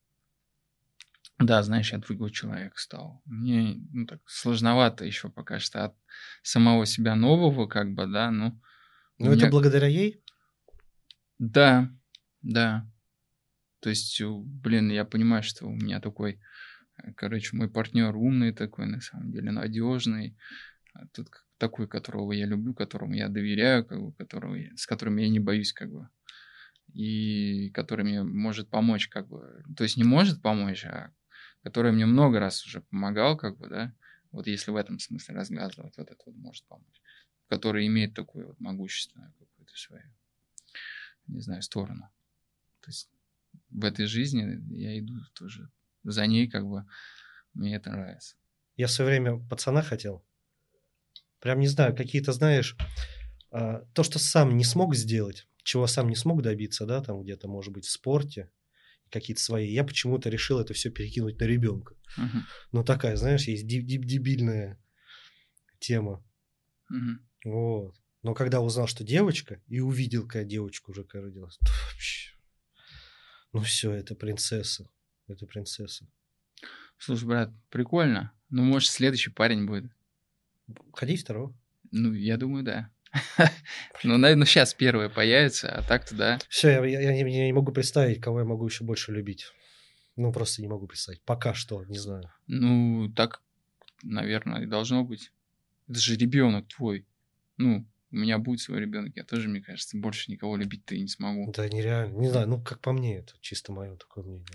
Да, знаешь, я другой человек стал. Мне, ну, так сложновато еще пока что от самого себя нового, как бы, да, ну, у Но это меня... благодаря ей? Да, да. То есть, у- блин, я понимаю, что у меня такой, э, короче, мой партнер умный такой, на самом деле, надежный, а тут к- такой, которого я люблю, которому я доверяю, как бы, которого я- с которым я не боюсь, как бы, и который мне может помочь, как бы, то есть не может помочь, а который мне много раз уже помогал, как бы, да, вот если в этом смысле разглядывать, вот это вот может помочь, который имеет такую вот могущественную какую-то свою, не знаю, сторону. То есть в этой жизни я иду тоже за ней, как бы, мне это нравится. Я в свое время пацана хотел. Прям не знаю, какие-то, знаешь, а, то, что сам не смог сделать, чего сам не смог добиться, да, там где-то, может быть, в спорте, какие-то свои, я почему-то решил это все перекинуть на ребенка. Мгм. Ну, такая, знаешь, есть деб- деб- дебильная тема. Мгм. Вот. Но когда узнал, что девочка, и увидел, какая девочка уже какая родилась, то вообще, ну все, это принцесса. Это принцесса. Слушай, брат, прикольно. Ну, может, следующий парень будет. Ходить второго. Ну, я думаю, да. Ну, наверное, сейчас первое появится, а так-то да. Все, я, я- я не, я не могу представить, кого я могу еще больше любить. Ну, просто не могу представить. Пока что, не знаю. Ну, так, наверное, и должно быть. Это же ребенок твой. Ну, у меня будет свой ребенок, я тоже, мне кажется, больше никого любить-то и не смогу. Да нереально. Не знаю, ну, как по мне, это чисто мое такое мнение.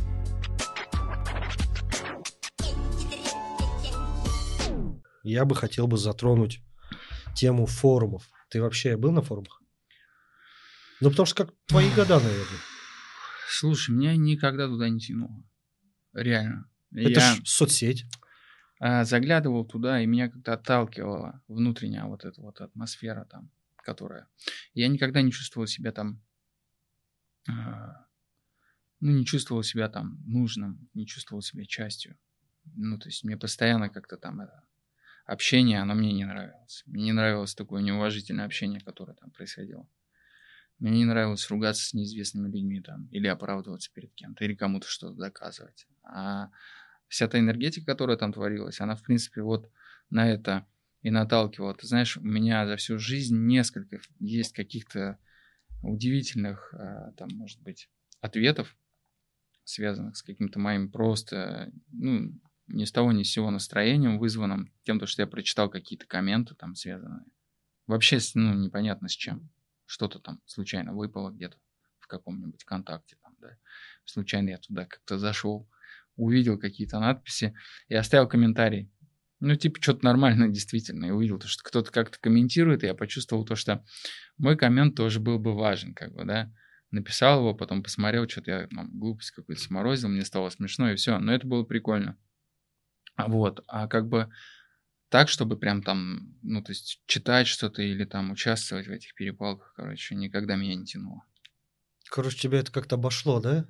Я бы хотел бы затронуть тему форумов. Ты вообще был на форумах? Ну, потому что как твои года, наверное. Слушай, меня никогда туда не тянуло. Реально. Это Я ж соцсеть. а, заглядывал туда, и меня как-то отталкивала внутренняя вот эта вот атмосфера там, которая... Я никогда не чувствовал себя там... а, ну, не чувствовал себя там нужным, не чувствовал себя частью. Ну, то есть мне постоянно как-то там это общение, оно мне не нравилось. Мне не нравилось такое неуважительное общение, которое там происходило. Мне не нравилось ругаться с неизвестными людьми там, или оправдываться перед кем-то, или кому-то что-то доказывать. А вся та энергетика, которая там творилась, она, в принципе, вот на это и наталкивала. Ты знаешь, у меня за всю жизнь несколько есть каких-то удивительных, там, может быть, ответов, связанных с каким-то моим просто, ну, ни с того ни с сего настроением, вызванным тем, что я прочитал какие-то комменты там связанные. Вообще, ну, непонятно с чем. Что-то там случайно выпало где-то в каком-нибудь контакте. Там, да. Случайно я туда как-то зашел, увидел какие-то надписи и оставил комментарий. Ну, типа, что-то нормально, действительно. И увидел, то, что кто-то как-то комментирует, и я почувствовал то, что мой коммент тоже был бы важен, как бы, да. Написал его, потом посмотрел, что-то я там, глупость какую-то сморозил, мне стало смешно, и все. Но это было прикольно. Вот. А как бы так, чтобы прям там, ну, то есть читать что-то или там участвовать в этих перепалках, короче, никогда меня не тянуло. Короче, тебя это как-то обошло, да?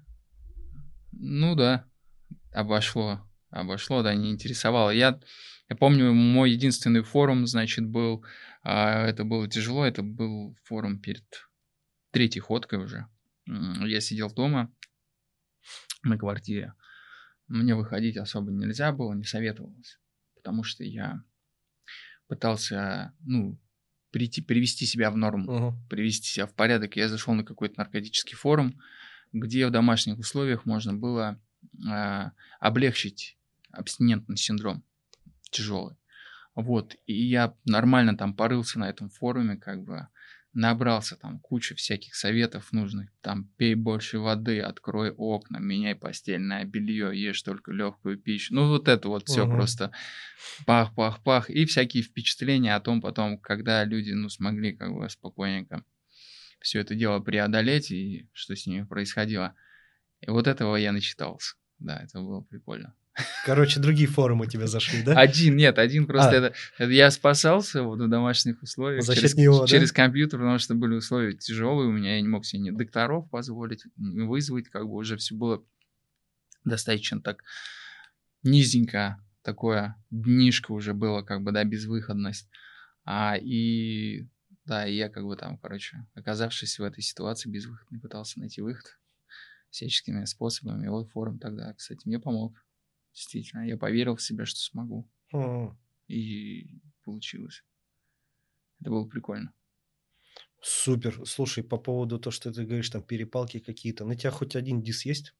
Ну да, обошло. Обошло, да, не интересовало. Я, я помню, мой единственный форум, значит, был, а, это было тяжело, это был форум перед третьей ходкой уже. Я сидел дома на квартире. Мне выходить особо нельзя было, не советовалось, потому что я пытался, ну, прийти, привести себя в норму, Угу. привести себя в порядок. Я зашел на какой-то наркотический форум, где в домашних условиях можно было э, облегчить абстинентный синдром тяжелый. Вот, и я нормально там порылся на этом форуме, как бы набрался там кучу всяких советов нужных, там пей больше воды, открой окна, меняй постельное белье, ешь только легкую пищу, ну вот это вот все Угу. просто пах-пах-пах, и всякие впечатления о том потом, когда люди, ну, смогли как бы спокойненько все это дело преодолеть, и что с ними происходило. И вот этого я начитался. Да, это было прикольно. Короче, другие форумы тебе зашли, да? Один, нет, один просто А. это, это я спасался вот в домашних условиях За через, счет него, да? через компьютер, потому что были условия тяжелые у меня, я не мог себе ни докторов позволить, ни вызвать, как бы уже все было достаточно так низенько, такое днишко уже было, как бы, да, безвыходность. А, и, да, и я как бы там, короче, оказавшись в этой ситуации безвыходной, пытался найти выход всяческими способами. И вот форум тогда, кстати, мне помог. Действительно, я поверил в себя, что смогу. Угу. И получилось. Это было прикольно. Супер. Слушай, по поводу того, что ты говоришь, там перепалки какие-то. На тебя хоть один дис есть?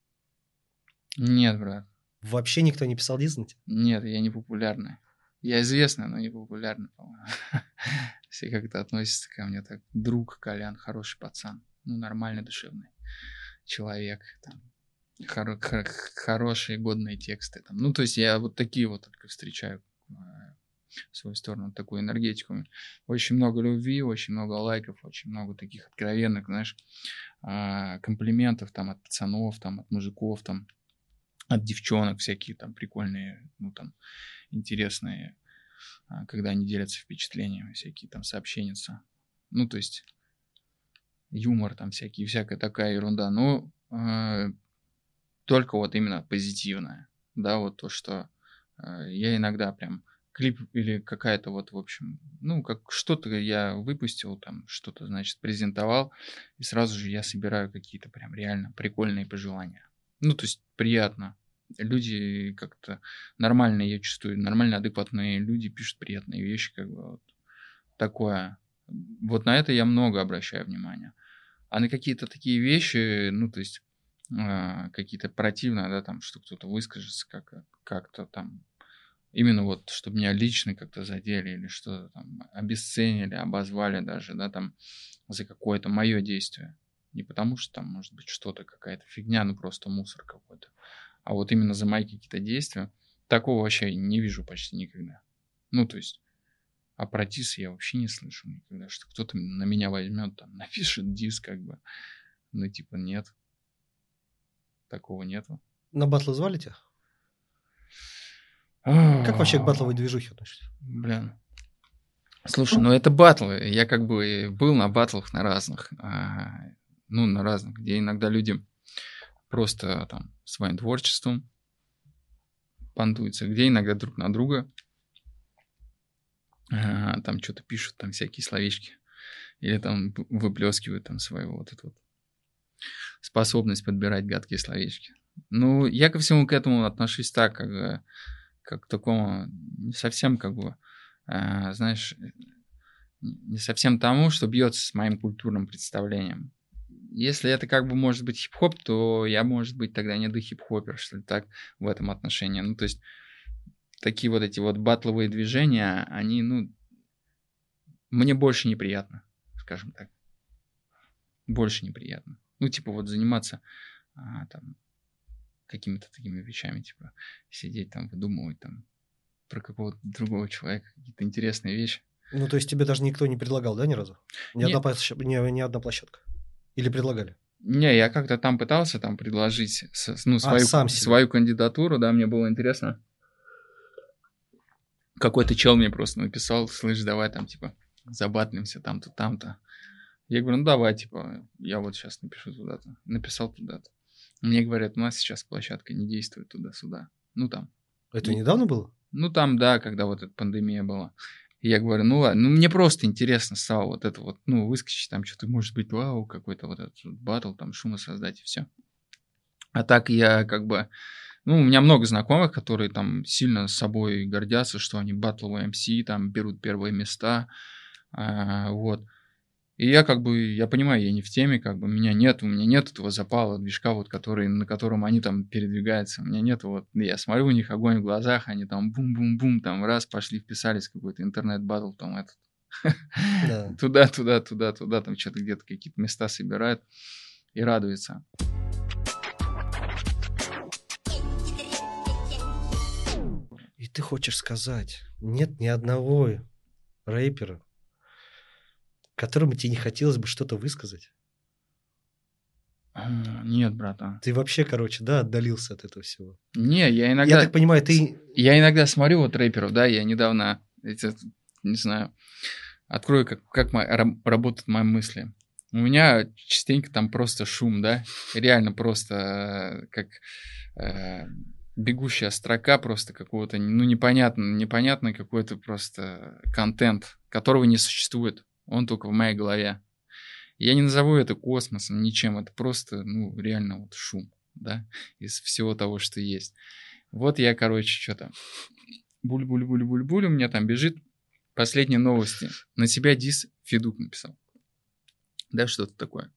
Нет, брат. Вообще никто не писал дис на тебя? Нет, я не популярный. Я известный, но не популярный, по-моему. Все как-то относятся ко мне так. Друг Колян, хороший пацан. Ну, нормальный, душевный человек. Там, хоро- хор- хорошие, годные тексты. Там. Ну, то есть я вот такие вот только встречаю в свою сторону, такую энергетику. Очень много любви, очень много лайков, очень много таких откровенных, знаешь, комплиментов там от пацанов, там, от мужиков, там, от девчонок всякие там прикольные, ну, там, интересные, когда они делятся впечатлениями, всякие там сообщенницы. Ну, то есть юмор там всякий, всякая такая ерунда. Но э, только вот именно позитивная. Да, вот то, что э, я иногда прям клип или какая-то вот, в общем, ну, как что-то я выпустил, там, что-то, значит, презентовал, и сразу же я собираю какие-то прям реально прикольные пожелания. Ну, то есть приятно. Люди как-то нормальные, я чувствую, нормально адекватные люди пишут приятные вещи, как бы вот такое. Вот на это я много обращаю внимания. А на какие-то такие вещи, ну, то есть э, какие-то противные, да, там, что кто-то выскажется, как, как-то там, именно вот, чтобы меня лично как-то задели или что-то там обесценили, обозвали даже, да, там, за какое-то мое действие. Не потому что там, может быть, что-то, какая-то фигня, ну, просто мусор какой-то. А вот именно за мои какие-то действия, такого вообще не вижу почти никогда. Ну, то есть, а про дис я вообще не слышу никогда, что кто-то на меня возьмет, там, напишет дис, как бы. Ну, типа, нет. Такого нету. На батлы звали тебя? Как вообще к батловой движухе относишься? Блин. Слушай, ну это батлы. Я как бы был на батлах на разных. А, ну, на разных, где иногда люди просто там своим творчеством понтуются, где иногда друг на друга а, там что-то пишут, там всякие словечки. Или там выплескивают там свою вот эту вот способность подбирать гадкие словечки. Ну, я ко всему к этому отношусь так, как, как к такому не совсем, как бы, э, знаешь, не совсем тому, что бьется с моим культурным представлением. Если это как бы может быть хип-хоп, то я, может быть, тогда не до хип-хопер, что ли, так, в этом отношении. Ну, то есть, такие вот эти вот батловые движения, они, ну, мне больше неприятно, скажем так. Больше неприятно. Ну, типа, вот заниматься а, там какими-то такими вещами, типа, сидеть там, выдумывать там про какого-то другого человека, какие-то интересные вещи. Ну, то есть тебе даже никто не предлагал, да, ни разу? Ни, Не, одна, площадка, ни, ни одна площадка? Или предлагали? не, я как-то там пытался там предложить с- ну, А, свою, сам себе. свою кандидатуру, да, мне было интересно. Какой-то чел мне просто написал, слышь, давай там, типа, забатлимся там-то, там-то. Я говорю, ну давай, типа, я вот сейчас напишу туда-то. Написал туда-то. Мне говорят, у нас сейчас площадка не действует туда-сюда. Ну там. Это И- недавно было? Ну там, да, когда вот эта пандемия была. И я говорю, ну ладно, ну мне просто интересно стало вот это вот, ну, выскочить там что-то, может быть, вау, какой-то вот этот вот батл, там, шума создать и все. А так я как бы, ну, у меня много знакомых, которые там сильно с собой гордятся, что они батловые эм си, там, берут первые места, а, вот. И я как бы, я понимаю, я не в теме, как бы, меня нет, у меня нет этого запала, движка, вот, который, на котором они там передвигаются, у меня нет, вот, я смотрю, у них огонь в глазах, они там бум-бум-бум, там, раз, пошли, вписались в какой-то интернет-баттл, там, этот, Да. туда, туда, туда, туда, там, что-то где-то какие-то места собирают и радуются. И ты хочешь сказать, нет ни одного рэпера, которому тебе не хотелось бы что-то высказать? Нет, братан. Ты вообще, короче, да, отдалился от этого всего. Не, я иногда... Я так понимаю, ты... Я иногда смотрю вот рэперов, да, я недавно, это, не знаю, открою, как, как мои, раб- работают мои мысли. У меня частенько там просто шум, да, реально просто э, как э, бегущая строка просто какого-то, ну, непонятно, непонятный какой-то просто контент, которого не существует, он только в моей голове. Я не назову это космосом, ничем, это просто, ну, реально вот шум, да, из всего того, что есть. Вот я, короче, что-то буль-буль-буль-буль-буль, у меня там бежит последние новости. На себя дис Федук написал. Да, что-то такое.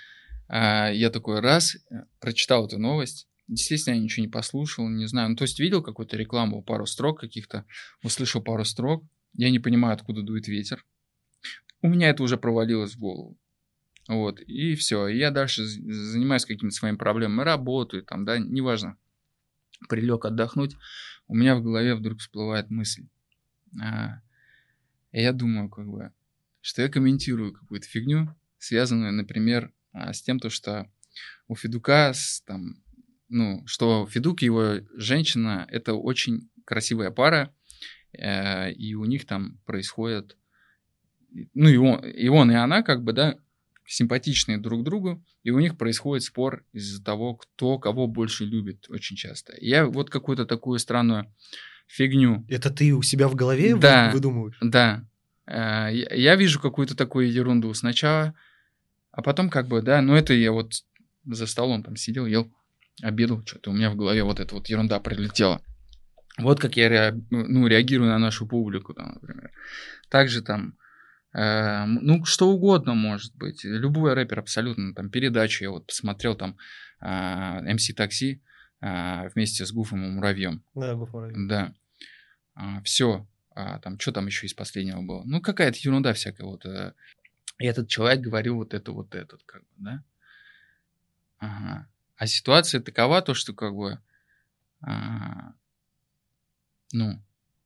А, я такой раз, прочитал эту новость. Естественно, я ничего не послушал, не знаю. Ну, то есть видел какую-то рекламу, пару строк каких-то, услышал пару строк. Я не понимаю, откуда дует ветер. У меня это уже провалилось в голову. Вот, и все. И я дальше занимаюсь какими-то своими проблемами, работаю, там, да, неважно. Прилег отдохнуть, у меня в голове вдруг всплывает мысль. А, и я думаю, как бы, что я комментирую какую-то фигню, связанную, например, с тем, то, что у Федука, с, там, ну, что Федук и его женщина — это очень красивая пара, э, и у них там происходит, ну, и он, и он, и она, как бы, да, симпатичные друг другу, и у них происходит спор из-за того, кто кого больше любит очень часто. Я вот какую-то такую странную фигню. Это ты у себя в голове да, выдумываешь? Да. Я, я вижу какую-то такую ерунду сначала, а потом как бы, да, ну это я вот за столом там сидел, ел, обедал, что-то у меня в голове вот эта вот ерунда прилетела. Вот как я ре, ну, реагирую на нашу публику, там, например. Также там ну, что угодно может быть. Любой рэпер абсолютно. Там передачу я вот посмотрел, там эм си Такси вместе с Гуфом и Муравьем. Да, Гуф Муравьев. Да. Все. Там, что там еще из последнего было? Ну, какая-то ерунда всякая. Вот. И этот человек говорил вот это, вот этот, как бы, да. Ага. А ситуация такова, то, что как бы а, ну,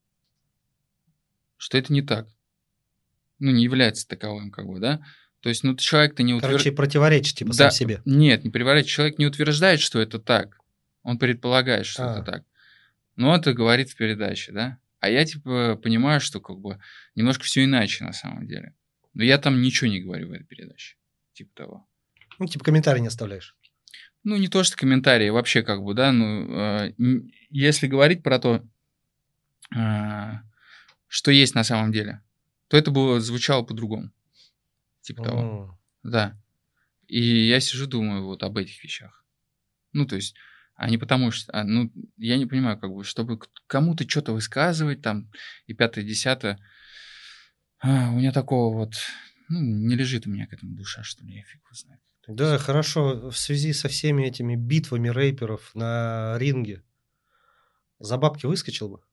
что это не так. Ну, не является таковым, как бы, да? То есть, ну, человек-то не утверждает... Короче, противоречит, типа, да, сам себе. Нет, не противоречит. Человек не утверждает, что это так. Он предполагает, что а. это так. Но это говорит в передаче, да? А я, типа, понимаю, что, как бы, немножко все иначе на самом деле. Но я там ничего не говорю в этой передаче. Типа того. Ну, типа, комментарий не оставляешь. Ну, не то, что комментарии, вообще, как бы, да, ну, э, если говорить про то, э, что есть на самом деле, то это было, звучало по-другому. Типа того. Mm. Да. И я сижу, думаю вот об этих вещах. Ну, то есть, а не потому что, а, ну, я не понимаю, как бы, чтобы к- кому-то что-то высказывать там, и пятое, десятое, а, у меня такого вот, ну, не лежит у меня к этому душа, что ли, я фиг его знает. как это Да, всё. хорошо, в связи со всеми этими битвами рэперов на ринге, за бабки выскочил бы?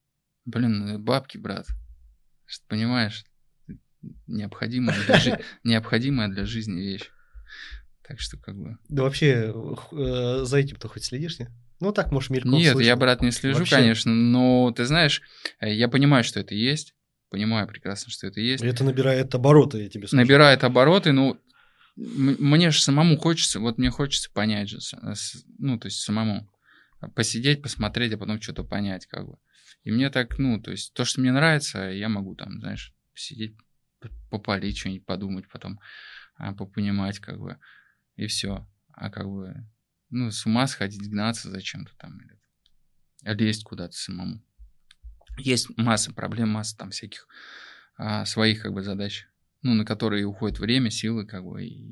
Блин, э, бабки, брат, что понимаешь, необходимая для, жи- необходимая для жизни вещь. Так что как бы... Да вообще, х- э, за этим-то хоть следишь, не? Ну, так, может, мельком Нет, я, слышал. брат, не слежу, Вообще, конечно, но ты знаешь, э, я понимаю, что это есть, понимаю прекрасно, что это есть. это набирает обороты, я тебе скажу. Набирает обороты, ну, м- мне же самому хочется, вот мне хочется понять же, с- с- ну, то есть самому посидеть, посмотреть, а потом что-то понять, как бы. И мне так, ну, то есть то, что мне нравится, я могу там, знаешь, сидеть, п- попалить, что-нибудь подумать, потом а, попонимать, как бы, и все. А как бы, ну, с ума сходить, гнаться зачем-то там, или лезть куда-то самому. Есть масса проблем, масса там всяких а, своих, как бы, задач, ну, на которые уходит время, силы, как бы, и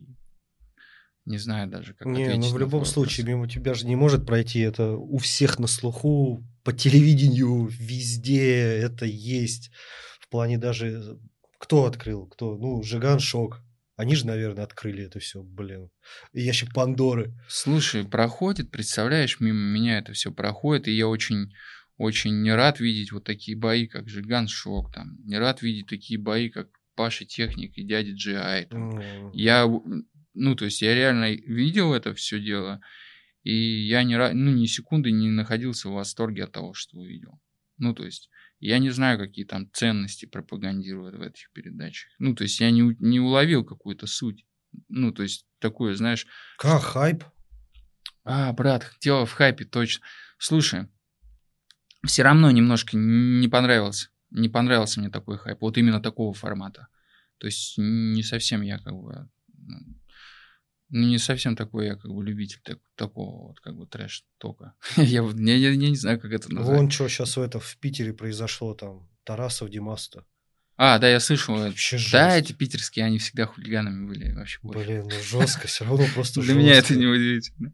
не знаю даже, как Не, ну ответить в на твой любом вопрос. случае, мимо тебя же не может пройти это у всех на слуху, по телевидению, везде это есть. В плане даже, кто открыл, кто, ну, Жиган Шок. Они же, наверное, открыли это все, блин. Ящик Пандоры. Слушай, проходит, представляешь, мимо меня это все проходит, и я очень, очень не рад видеть вот такие бои, как Жиган Шок, там, не рад видеть такие бои, как Паша Техник и Дядя Джи Ай, там. М, Я, в- ну, то есть я реально видел это все дело, и я ни, ра- ну, ни секунды не находился в восторге от того, что увидел. Ну, то есть я не знаю, какие там ценности пропагандируют в этих передачах. Ну, то есть я не, у- не уловил какую-то суть. Ну, то есть такое, знаешь, Как хайп? а, брат, дело в хайпе, точно. Слушай, все равно немножко не понравился. Не понравился мне такой хайп. Вот именно такого формата. То есть не совсем я как бы... Ну, ну, не совсем такой я как бы любитель так- такого вот как бы трэш-тока. Я, вот- я, я- я не знаю, как это назвать. Вон что сейчас в, это, в Питере произошло там. Тарасов, Димаста. А, да, я слышал. э, Вообще Да, эти жесть. питерские, они всегда хулиганами были. Вообще пофиг. Блин, ну жестко, все равно просто Для меня это не жестко. удивительно.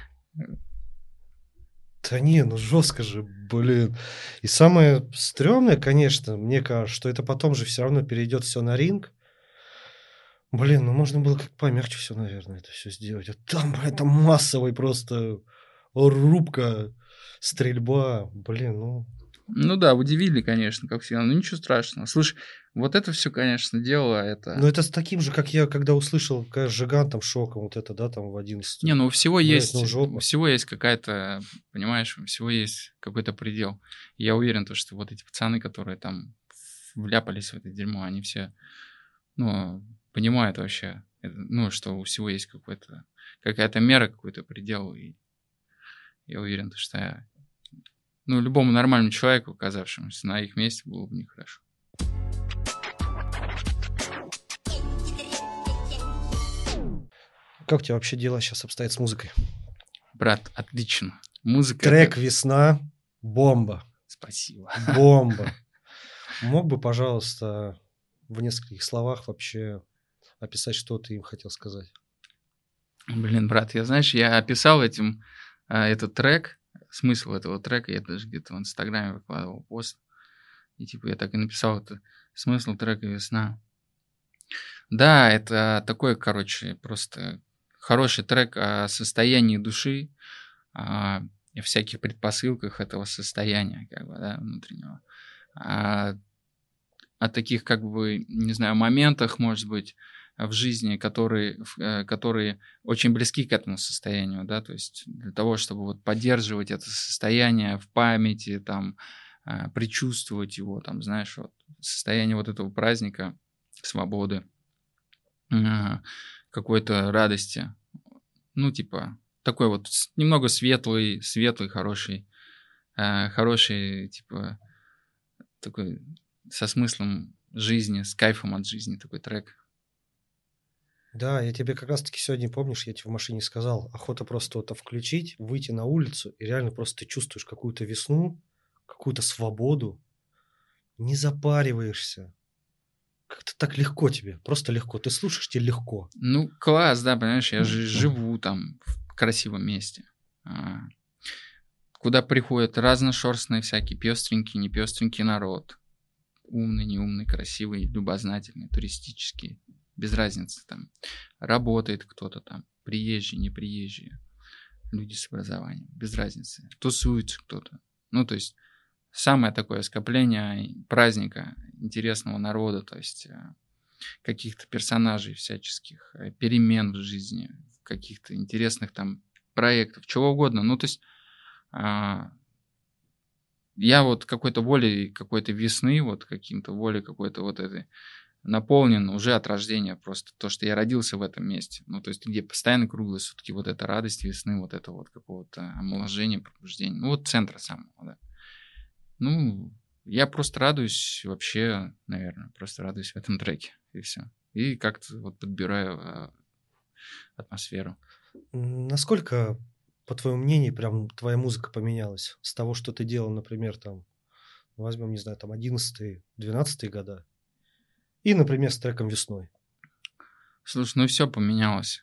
Да не, ну жестко же, блин. И самое стрёмное, конечно, мне кажется, что это потом же все равно перейдет все на ринг. Блин, ну можно было как помягче все, наверное, это все сделать. А там, блин, там массовый просто рубка, стрельба. Блин, ну... Ну да, удивили, конечно, как всегда. Но ничего страшного. Слушай, вот это все, конечно, дело, Ну это... это с таким же, как я, когда услышал, как Жиган там шоком, вот это, да, там в Не, одиннадцатую. ну у всего Блять, есть, ну у жопа. всего есть какая-то, понимаешь, у всего есть какой-то предел. Я уверен, то, что вот эти пацаны, которые там вляпались в это дерьмо, они все, ну, понимают вообще, это, ну, что у всего есть какой-то, какая-то мера, какой-то предел, и я уверен, то, что я, ну, любому нормальному человеку, оказавшемуся на их месте, было бы нехорошо. Как у тебя вообще дела сейчас обстоят с музыкой? Брат, отлично. Музыка Трек это... «Весна» – бомба. Спасибо. Бомба. Мог бы, пожалуйста, в нескольких словах вообще описать, что ты им хотел сказать? Блин, брат, я, знаешь, я описал этим а, этот трек, смысл этого трека, я даже где-то в Инстаграме выкладывал пост, и типа я так и написал, это смысл трека «Весна». Да, это такой, короче, просто хороший трек о состоянии души, о всяких предпосылках этого состояния, как бы, да, внутреннего, о, о таких, как бы, не знаю, моментах, может быть, в жизни, которые, в- э, которые очень близки к этому состоянию, да, то есть для того, чтобы вот поддерживать это состояние в памяти, там, э, предчувствовать его, там, знаешь, вот, состояние вот этого праздника, свободы, э, какой-то радости, ну, типа, такой вот с- немного светлый, светлый, хороший, э, хороший, типа, такой со смыслом жизни, с кайфом от жизни такой трек. Да, я тебе как раз-таки сегодня, помнишь, я тебе в машине сказал, охота просто это включить, выйти на улицу, и реально просто ты чувствуешь какую-то весну, какую-то свободу, не запариваешься, Как-то так легко тебе, просто легко. Ты слушаешь, тебе легко. Ну, класс, да, понимаешь, я же живу там в красивом месте, а, куда приходят разношерстные всякие, пестренький, не пестренький народ. Умный, неумный, красивый, любознательный, туристический. Без разницы там. Работает кто-то там, приезжие, не приезжие. Люди с образованием, без разницы. Тусуется кто-то. Ну, то есть, самое такое скопление праздника, интересного народа, то есть, каких-то персонажей всяческих, перемен в жизни, каких-то интересных там проектов, чего угодно. Ну, то есть, я вот какой-то волей, какой-то весны, вот каким-то волей какой-то вот этой наполнен уже от рождения просто то, что я родился в этом месте. Ну, то есть, где постоянно круглые сутки вот эта радость весны, вот это вот какого-то омоложения, пробуждения. Ну, вот центра самого, да. Ну, я просто радуюсь вообще, наверное, просто радуюсь в этом треке, и все. И как-то вот подбираю э, атмосферу. Насколько, по твоему мнению, прям твоя музыка поменялась с того, что ты делал, например, там, возьмем, не знаю, там, одиннадцатые, двенадцатые года, и, например, с треком «Весной»? Слушай, ну все поменялось.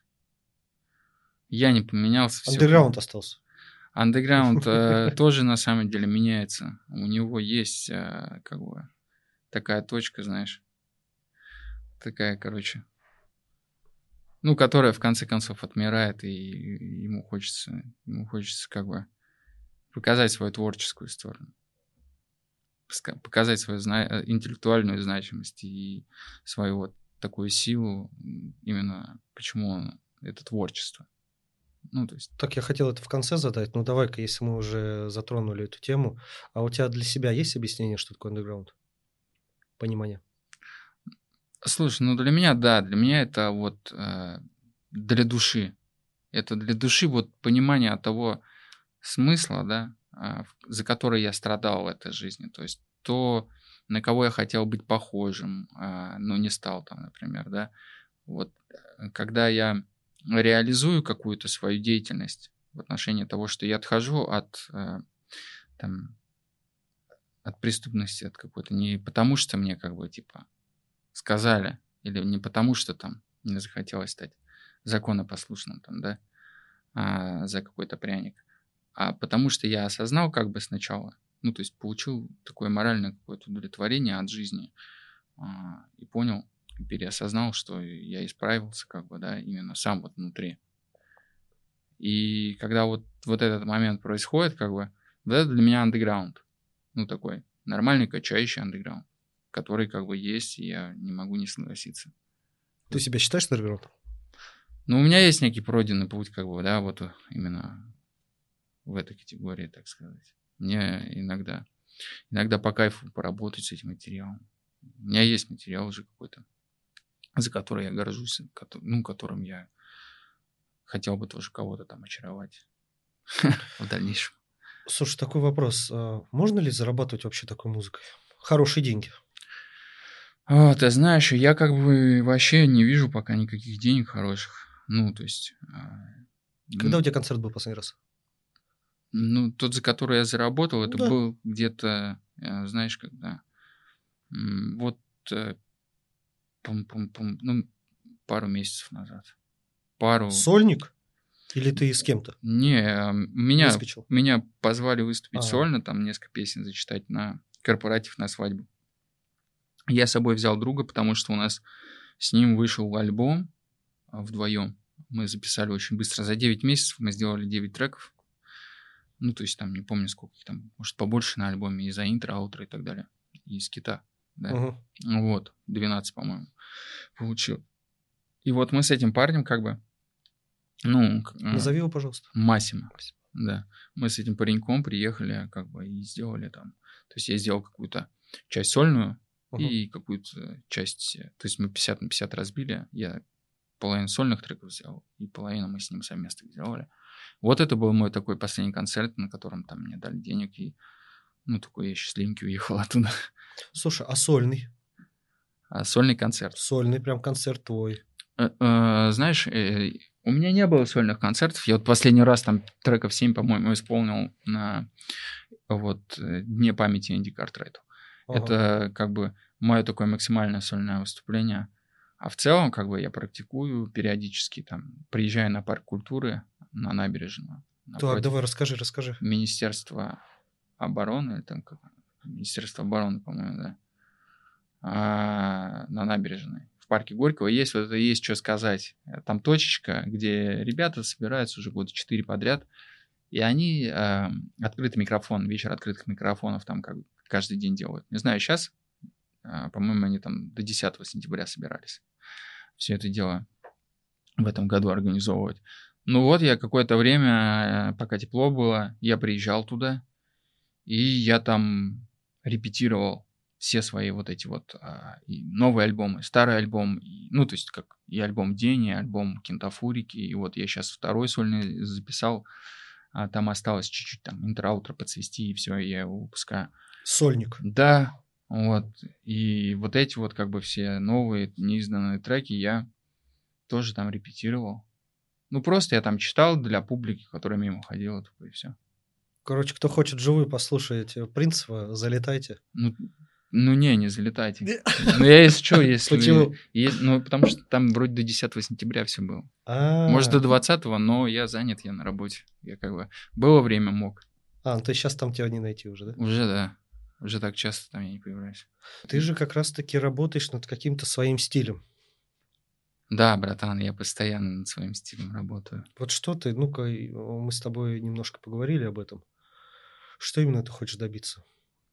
Я не поменялся. Андеграунд остался. Андеграунд э, тоже на самом деле меняется. У него есть э, как бы такая точка, знаешь, такая, короче, ну, которая в конце концов отмирает, и ему хочется, ему хочется как бы показать свою творческую сторону, показать свою зна- интеллектуальную значимость и свою вот такую силу, именно почему он, это творчество. Ну, то есть... Так, я хотел это в конце задать, но давай-ка, если мы уже затронули эту тему, а у тебя для себя есть объяснение, что такое андеграунд? Понимание? Слушай, ну для меня, да, для меня это вот э, для души. Это для души вот понимание того смысла, да, э, за который я страдал в этой жизни. То есть то, на кого я хотел быть похожим, э, но не стал там, например, да. Вот когда я реализую какую-то свою деятельность в отношении того, что я отхожу от, э, там, от преступности, от какой-то, не потому что мне как бы типа сказали, или не потому что там мне захотелось стать законопослушным там, да, а, за какой-то пряник, а потому что я осознал как бы сначала, ну, то есть получил такое моральное какое-то удовлетворение от жизни а, и понял, переосознал, что я исправился, как бы, да, именно сам вот внутри. И когда вот, вот этот момент происходит, как бы, вот это для меня андеграунд. Ну, такой нормальный, качающий андеграунд, который, как бы, есть, и я не могу не согласиться. Ты себя считаешь андеграундом? Ну, у меня есть некий пройденный путь, как бы, да, вот именно в этой категории, так сказать. Мне иногда, иногда по кайфу поработать с этим материалом. У меня есть материал уже какой-то, за который я горжусь, ну, которым я хотел бы тоже кого-то там очаровать в дальнейшем. Слушай, такой вопрос. Можно ли зарабатывать вообще такой музыкой? Хорошие деньги. А, ты знаешь, я как бы вообще не вижу пока никаких денег хороших. Ну, то есть... Когда у тебя концерт был последний раз? Ну, тот, за который я заработал, это да. был где-то, знаешь, когда... Вот... Пум-пум-пум, ну, пару месяцев назад. Пару... Сольник? Или ты с кем-то? Не, меня, Выскочил? меня позвали выступить А. сольно, там несколько песен зачитать на корпоратив, на свадьбу. Я с собой взял друга, потому что у нас с ним вышел альбом вдвоем. Мы записали очень быстро. За девять месяцев мы сделали девять треков. Ну, то есть там, не помню сколько, там, может, побольше на альбоме. И за интро, аутро и так далее. И из кита. Да. Угу. Вот, двенадцать, по-моему, получил. И вот мы с этим парнем как бы... Ну, назови его, пожалуйста. Массимо. Да. Мы с этим пареньком приехали как бы и сделали там... То есть я сделал какую-то часть сольную, uh-huh. и какую-то часть... То есть мы пятьдесят на пятьдесят разбили. Я половину сольных треков взял, и половину мы с ним совместно сделали. Вот это был мой такой последний концерт, на котором там мне дали денег, и ну, такой я счастливенький уехал оттуда. Слушай, а сольный? А сольный концерт. Сольный прям концерт твой. Знаешь, у меня не было сольных концертов. Я вот последний раз там треков семь, по-моему, исполнил на вот Дне памяти Энди Картрайту. Ага. Это как бы мое такое максимальное сольное выступление. А в целом, как бы я практикую периодически, там, приезжаю на парк культуры, на набережную, Так, напротив давай расскажи, расскажи. Министерства обороны, или там как, Министерство обороны, по-моему, да, а, на набережной. В парке Горького есть, вот это есть что сказать. Там точечка, где ребята собираются уже года четыре подряд, и они э, открытый микрофон, вечер открытых микрофонов там как каждый день делают. Не знаю, сейчас, э, по-моему, они там до десятого сентября собирались все это дело в этом году организовывать. Ну вот, я какое-то время, пока тепло было, я приезжал туда, и я там репетировал все свои вот эти вот а, и новые альбомы, старый альбом, и, ну, то есть как и альбом День, и альбом Кентафурики, и вот я сейчас второй сольный записал, а там осталось чуть-чуть там интро-аутро подсвести, и все, и я его выпускаю. Сольник. Да, вот, и вот эти вот как бы все новые неизданные треки я тоже там репетировал. Ну, просто я там читал для публики, которая мимо ходила, и все. Короче, кто хочет живую послушать Принцева, залетайте. Ну, ну не, не залетайте. Ну, я если что, если... Почему? Есть, ну, потому что там вроде до десятого сентября все было. А, Может, до двадцатого, но я занят, я на работе. Я как бы... Было время, мог. а, ну то есть сейчас там тебя не найти уже, да? Уже, да. Уже так часто там я не появляюсь. Ты же как раз-таки работаешь над каким-то своим стилем. Да, братан, я постоянно над своим стилем работаю. Вот что ты, ну-ка, мы с тобой немножко поговорили об этом. Что именно ты хочешь добиться?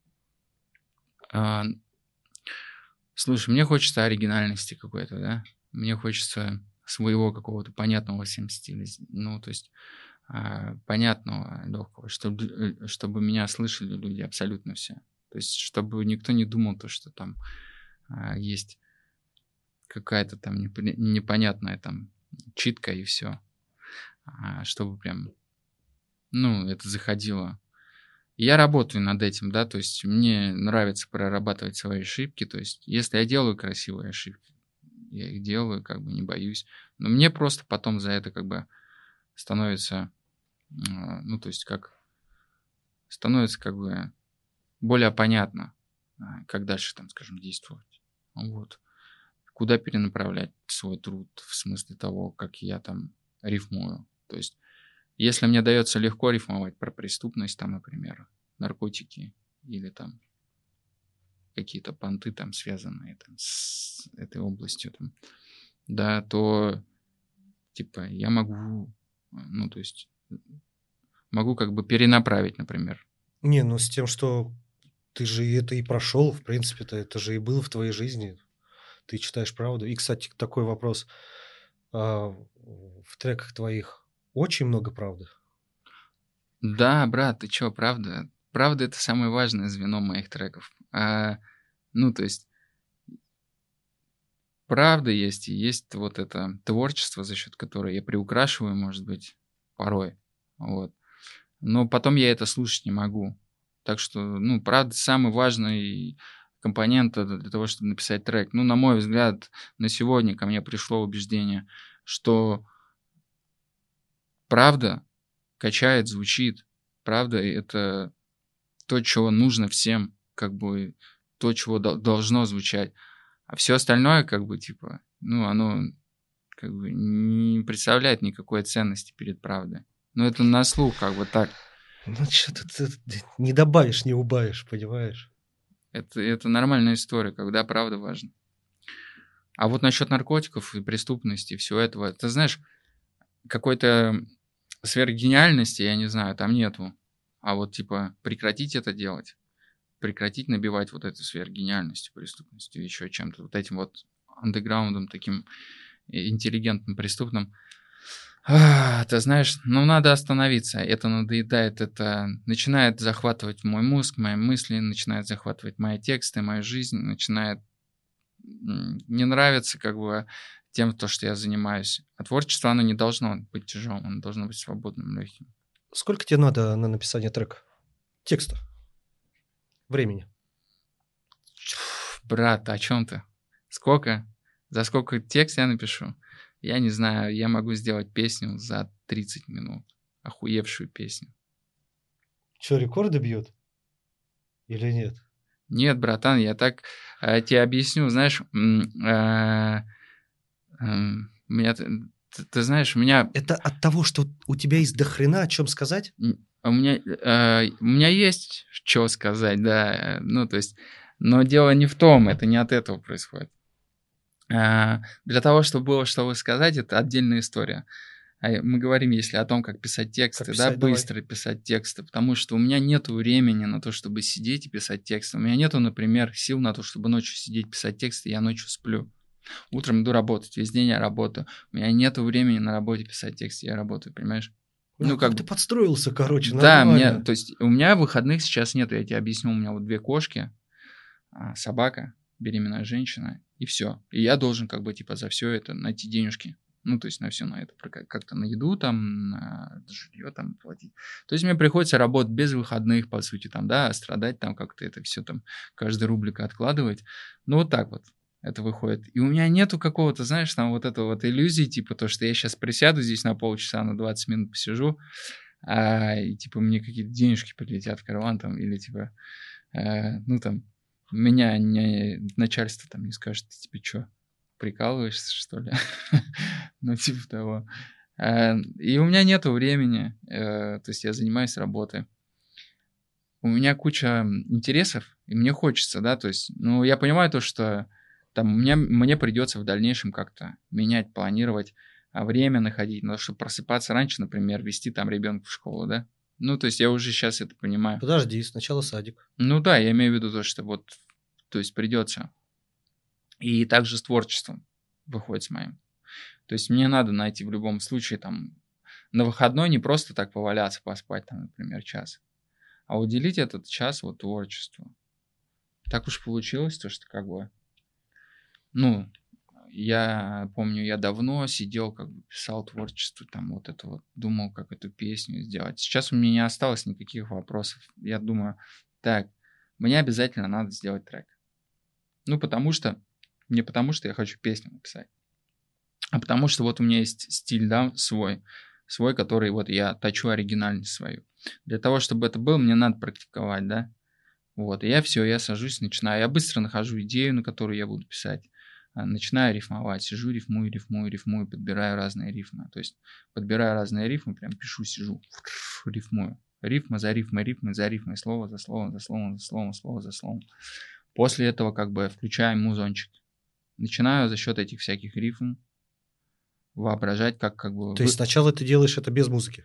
А, слушай, мне хочется оригинальности какой-то, да? Мне хочется своего какого-то понятного всем стиля. Ну, то есть а, понятного, легкого, чтобы, чтобы меня слышали люди абсолютно все. То есть чтобы никто не думал, то, что там а, есть какая-то там непон- непонятная там читка и все. А, чтобы прям, ну, это заходило. Я работаю над этим, да, то есть мне нравится прорабатывать свои ошибки, то есть если я делаю красивые ошибки, я их делаю, как бы не боюсь, но мне просто потом за это как бы становится, ну, то есть как, становится как бы более понятно, как дальше там, скажем, действовать, вот, куда перенаправлять свой труд в смысле того, как я там рифмую, то есть если мне дается легко рифмовать про преступность, там, например, наркотики или там какие-то понты там связанные там, с этой областью, там, да, то типа я могу, ну, то есть могу как бы перенаправить, например. Не, ну с тем, что ты же это и прошел, в принципе-то, это же и было в твоей жизни. Ты читаешь правду. И, кстати, такой вопрос. А, в треках твоих очень много правды? Да, брат, ты чё, правда? Правда — это самое важное звено моих треков. А, ну, то есть правда есть, и есть вот это творчество, за счет которого я приукрашиваю, может быть, порой. Вот. Но потом я это слушать не могу. Так что, ну, правда, самый важный компонент для того, чтобы написать трек. Ну, на мой взгляд, на сегодня ко мне пришло убеждение, что правда качает, звучит. Правда — это то, чего нужно всем, как бы то, чего должно звучать. А все остальное, как бы, типа, ну, оно как бы не представляет никакой ценности перед правдой. Ну, это на слух, как бы так. Ну, что-то ты не добавишь, не убавишь, понимаешь? Это, это нормальная история, когда правда важна. А вот насчет наркотиков и преступности и всего этого, ты знаешь, какой-то сверхгениальности, я не знаю, там нету. А вот, типа, прекратить это делать, прекратить набивать вот эту сверхгениальностью, преступностью, еще чем-то, вот этим вот андеграундом, таким интеллигентным, преступным. А, ты знаешь, ну надо остановиться. Это надоедает, это начинает захватывать мой мозг, мои мысли, начинает захватывать мои тексты, мою жизнь, начинает не нравиться как бы тем, то, что я занимаюсь. А творчество, оно не должно быть тяжелым, оно должно быть свободным, легким. Сколько тебе надо на написание трека? Текста? Времени? Брат, о чем ты? Сколько? За сколько текст я напишу? Я не знаю, я могу сделать песню за тридцать минут. Охуевшую песню. Что, рекорды бьет? Или нет? Нет, братан, я так э, тебе объясню, знаешь, э, э, меня, ты, ты знаешь, у меня... Это от того, что у тебя есть дохрена о чем сказать? У меня, э, у меня есть что сказать, да, ну, то есть, но дело не в том, это не от этого происходит. Э, для того, чтобы было что сказать, это отдельная история. Мы говорим, если о том, как писать тексты, как писать, да, быстро давай. Писать тексты, потому что у меня нет времени на то, чтобы сидеть и писать тексты. У меня нету, например, сил на то, чтобы ночью сидеть писать тексты, я ночью сплю. Утром иду работать, весь день я работаю. У меня нету времени на работе писать тексты, я работаю, понимаешь? Ну, как, как ты подстроился, короче, да, нормально. Мне, то есть у меня выходных сейчас нет, я тебе объясню, у меня вот две кошки, собака, беременная женщина, и все. И я должен как бы типа за все это найти денежки. Ну, то есть на все на это, как-то на еду там, на жилье там платить. То есть мне приходится работать без выходных, по сути, там, да, страдать там как-то это все там, каждый рублик откладывать. Ну, вот так вот это выходит. И у меня нету какого-то, знаешь, там вот этого вот иллюзии, типа то, что я сейчас присяду здесь на полчаса, на двадцать минут посижу, а, и типа мне какие-то денежки прилетят в карман там, или типа, а, ну там, меня не, начальство там не скажет, ты тебе что, прикалываешься, что ли? Ну, типа того. И у меня нету времени, то есть я занимаюсь работой. У меня куча интересов, и мне хочется, да, то есть, ну, я понимаю то, что там мне, мне придется в дальнейшем как-то менять, планировать, время находить, но чтобы просыпаться раньше, например, вести там ребенка в школу, да. Ну, то есть я уже сейчас это понимаю. Подожди, сначала садик. Ну да, я имею в виду то, что вот, то есть придется. И также с творчеством выходит с моим. То есть мне надо найти в любом случае там на выходной не просто так поваляться, поспать там, например, час, а уделить этот час вот творчеству. Так уж получилось, то что как бы, ну, я помню, я давно сидел, как бы писал творчество, там вот это вот, думал, как эту песню сделать. Сейчас у меня не осталось никаких вопросов. Я думаю, так, мне обязательно надо сделать трек. Ну, потому что, не потому что я хочу песню написать, а потому что вот у меня есть стиль, да, свой, свой, который вот я точу оригинальность свою. Для того, чтобы это было, мне надо практиковать, да. Вот, и я все, я сажусь, начинаю. Я быстро нахожу идею, на которую я буду писать. Начинаю рифмовать, сижу, рифмую, рифмую, рифмую, подбираю разные рифмы. То есть подбираю разные рифмы, прям пишу, сижу, рифмую. Рифма за рифмой, рифмой за рифмой, слово за словом, за словом, за словом, слово за словом. После этого как бы включаем музончик. Начинаю за счет этих всяких рифм воображать, как как бы... То есть сначала ты делаешь это без музыки?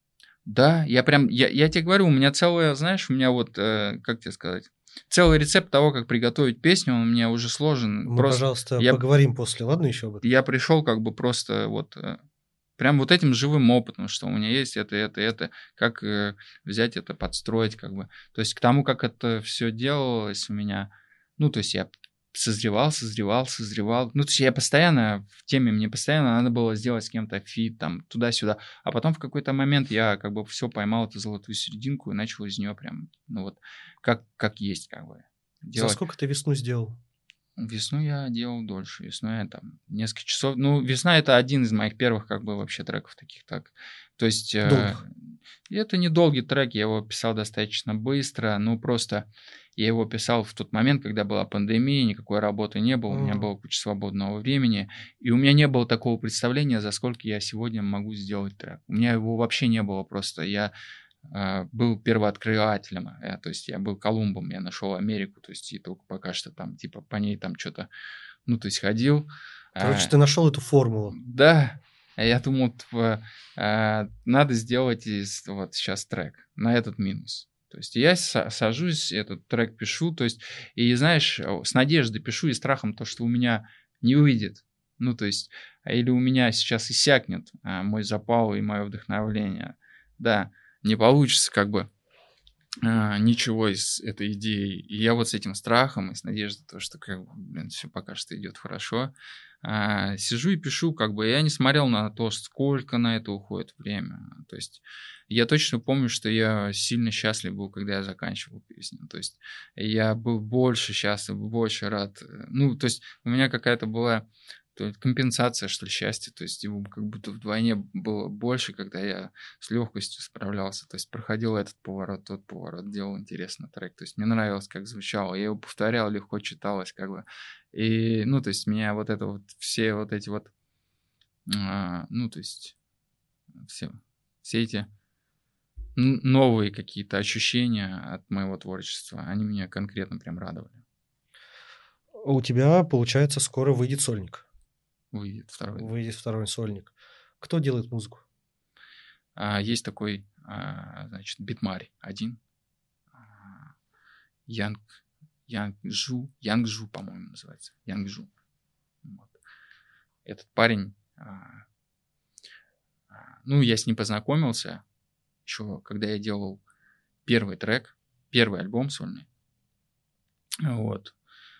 Да, я прям, я, я тебе говорю, у меня целое, знаешь, у меня вот, э, как тебе сказать, целый рецепт того, как приготовить песню, он у меня уже сложен. Мы, просто пожалуйста, я, поговорим после, ладно, еще об этом? Я пришел как бы просто вот, э, прям вот этим живым опытом, что у меня есть это, это, это, как э, взять это, подстроить, как бы. То есть к тому, как это все делалось у меня, ну, то есть я созревал, созревал, созревал. Ну, то есть я постоянно в теме, мне постоянно надо было сделать с кем-то фит, там, туда-сюда. А потом в какой-то момент я как бы все поймал эту золотую серединку и начал из нее прям, ну вот, как, как есть, как бы. Делать. За сколько ты весну сделал? Весну я делал дольше. Весну я там несколько часов. Ну, весна — это один из моих первых, как бы, вообще треков таких так. То есть... Долгих. Э, это не долгий трек, я его писал достаточно быстро. Ну, просто я его писал в тот момент, когда была пандемия, никакой работы не было, mm. у меня было куча свободного времени, и у меня не было такого представления, за сколько я сегодня могу сделать трек. У меня его вообще не было просто. Я был первооткрывателем, я, то есть я был Колумбом, я нашел Америку, то есть и только пока что там, типа, по ней там что-то, ну, то есть ходил. Короче, а, ты нашел эту формулу. Да, я думал, типа, а, надо сделать из, вот сейчас трек на этот минус. То есть я сажусь, этот трек пишу, то есть, и знаешь, с надеждой пишу и страхом то, что у меня не выйдет. Ну, то есть, или у меня сейчас иссякнет а, мой запал и мое вдохновление. Да, не получится как бы а, ничего из этой идеи. И я вот с этим страхом и с надеждой, то, что как бы, блин, все пока что идет хорошо, а, сижу и пишу, как бы я не смотрел на то, сколько на это уходит время. То есть я точно помню, что я сильно счастлив был, когда я заканчивал песню. То есть я был больше счастлив, больше рад. Ну, то есть у меня какая-то была То есть компенсация, что ли, счастья. То есть его как будто вдвойне было больше, когда я с легкостью справлялся. То есть проходил этот поворот, тот поворот, делал интересный трек. То есть мне нравилось, как звучало. Я его повторял, легко читалось, как бы. И, ну, то есть меня вот это вот, все вот эти вот, а, ну, то есть все, все эти новые какие-то ощущения от моего творчества, они меня конкретно прям радовали. У тебя, получается, скоро выйдет сольник. Выйдет второй. Выйдет второй сольник. Кто делает музыку? А, есть такой, а, значит, Битмарь один. А, Янг, Янгжу, Янгжу, по-моему, называется. Янгжу. Вот. Этот парень, а, а, ну, я с ним познакомился еще, когда я делал первый трек, первый альбом сольный. Вот.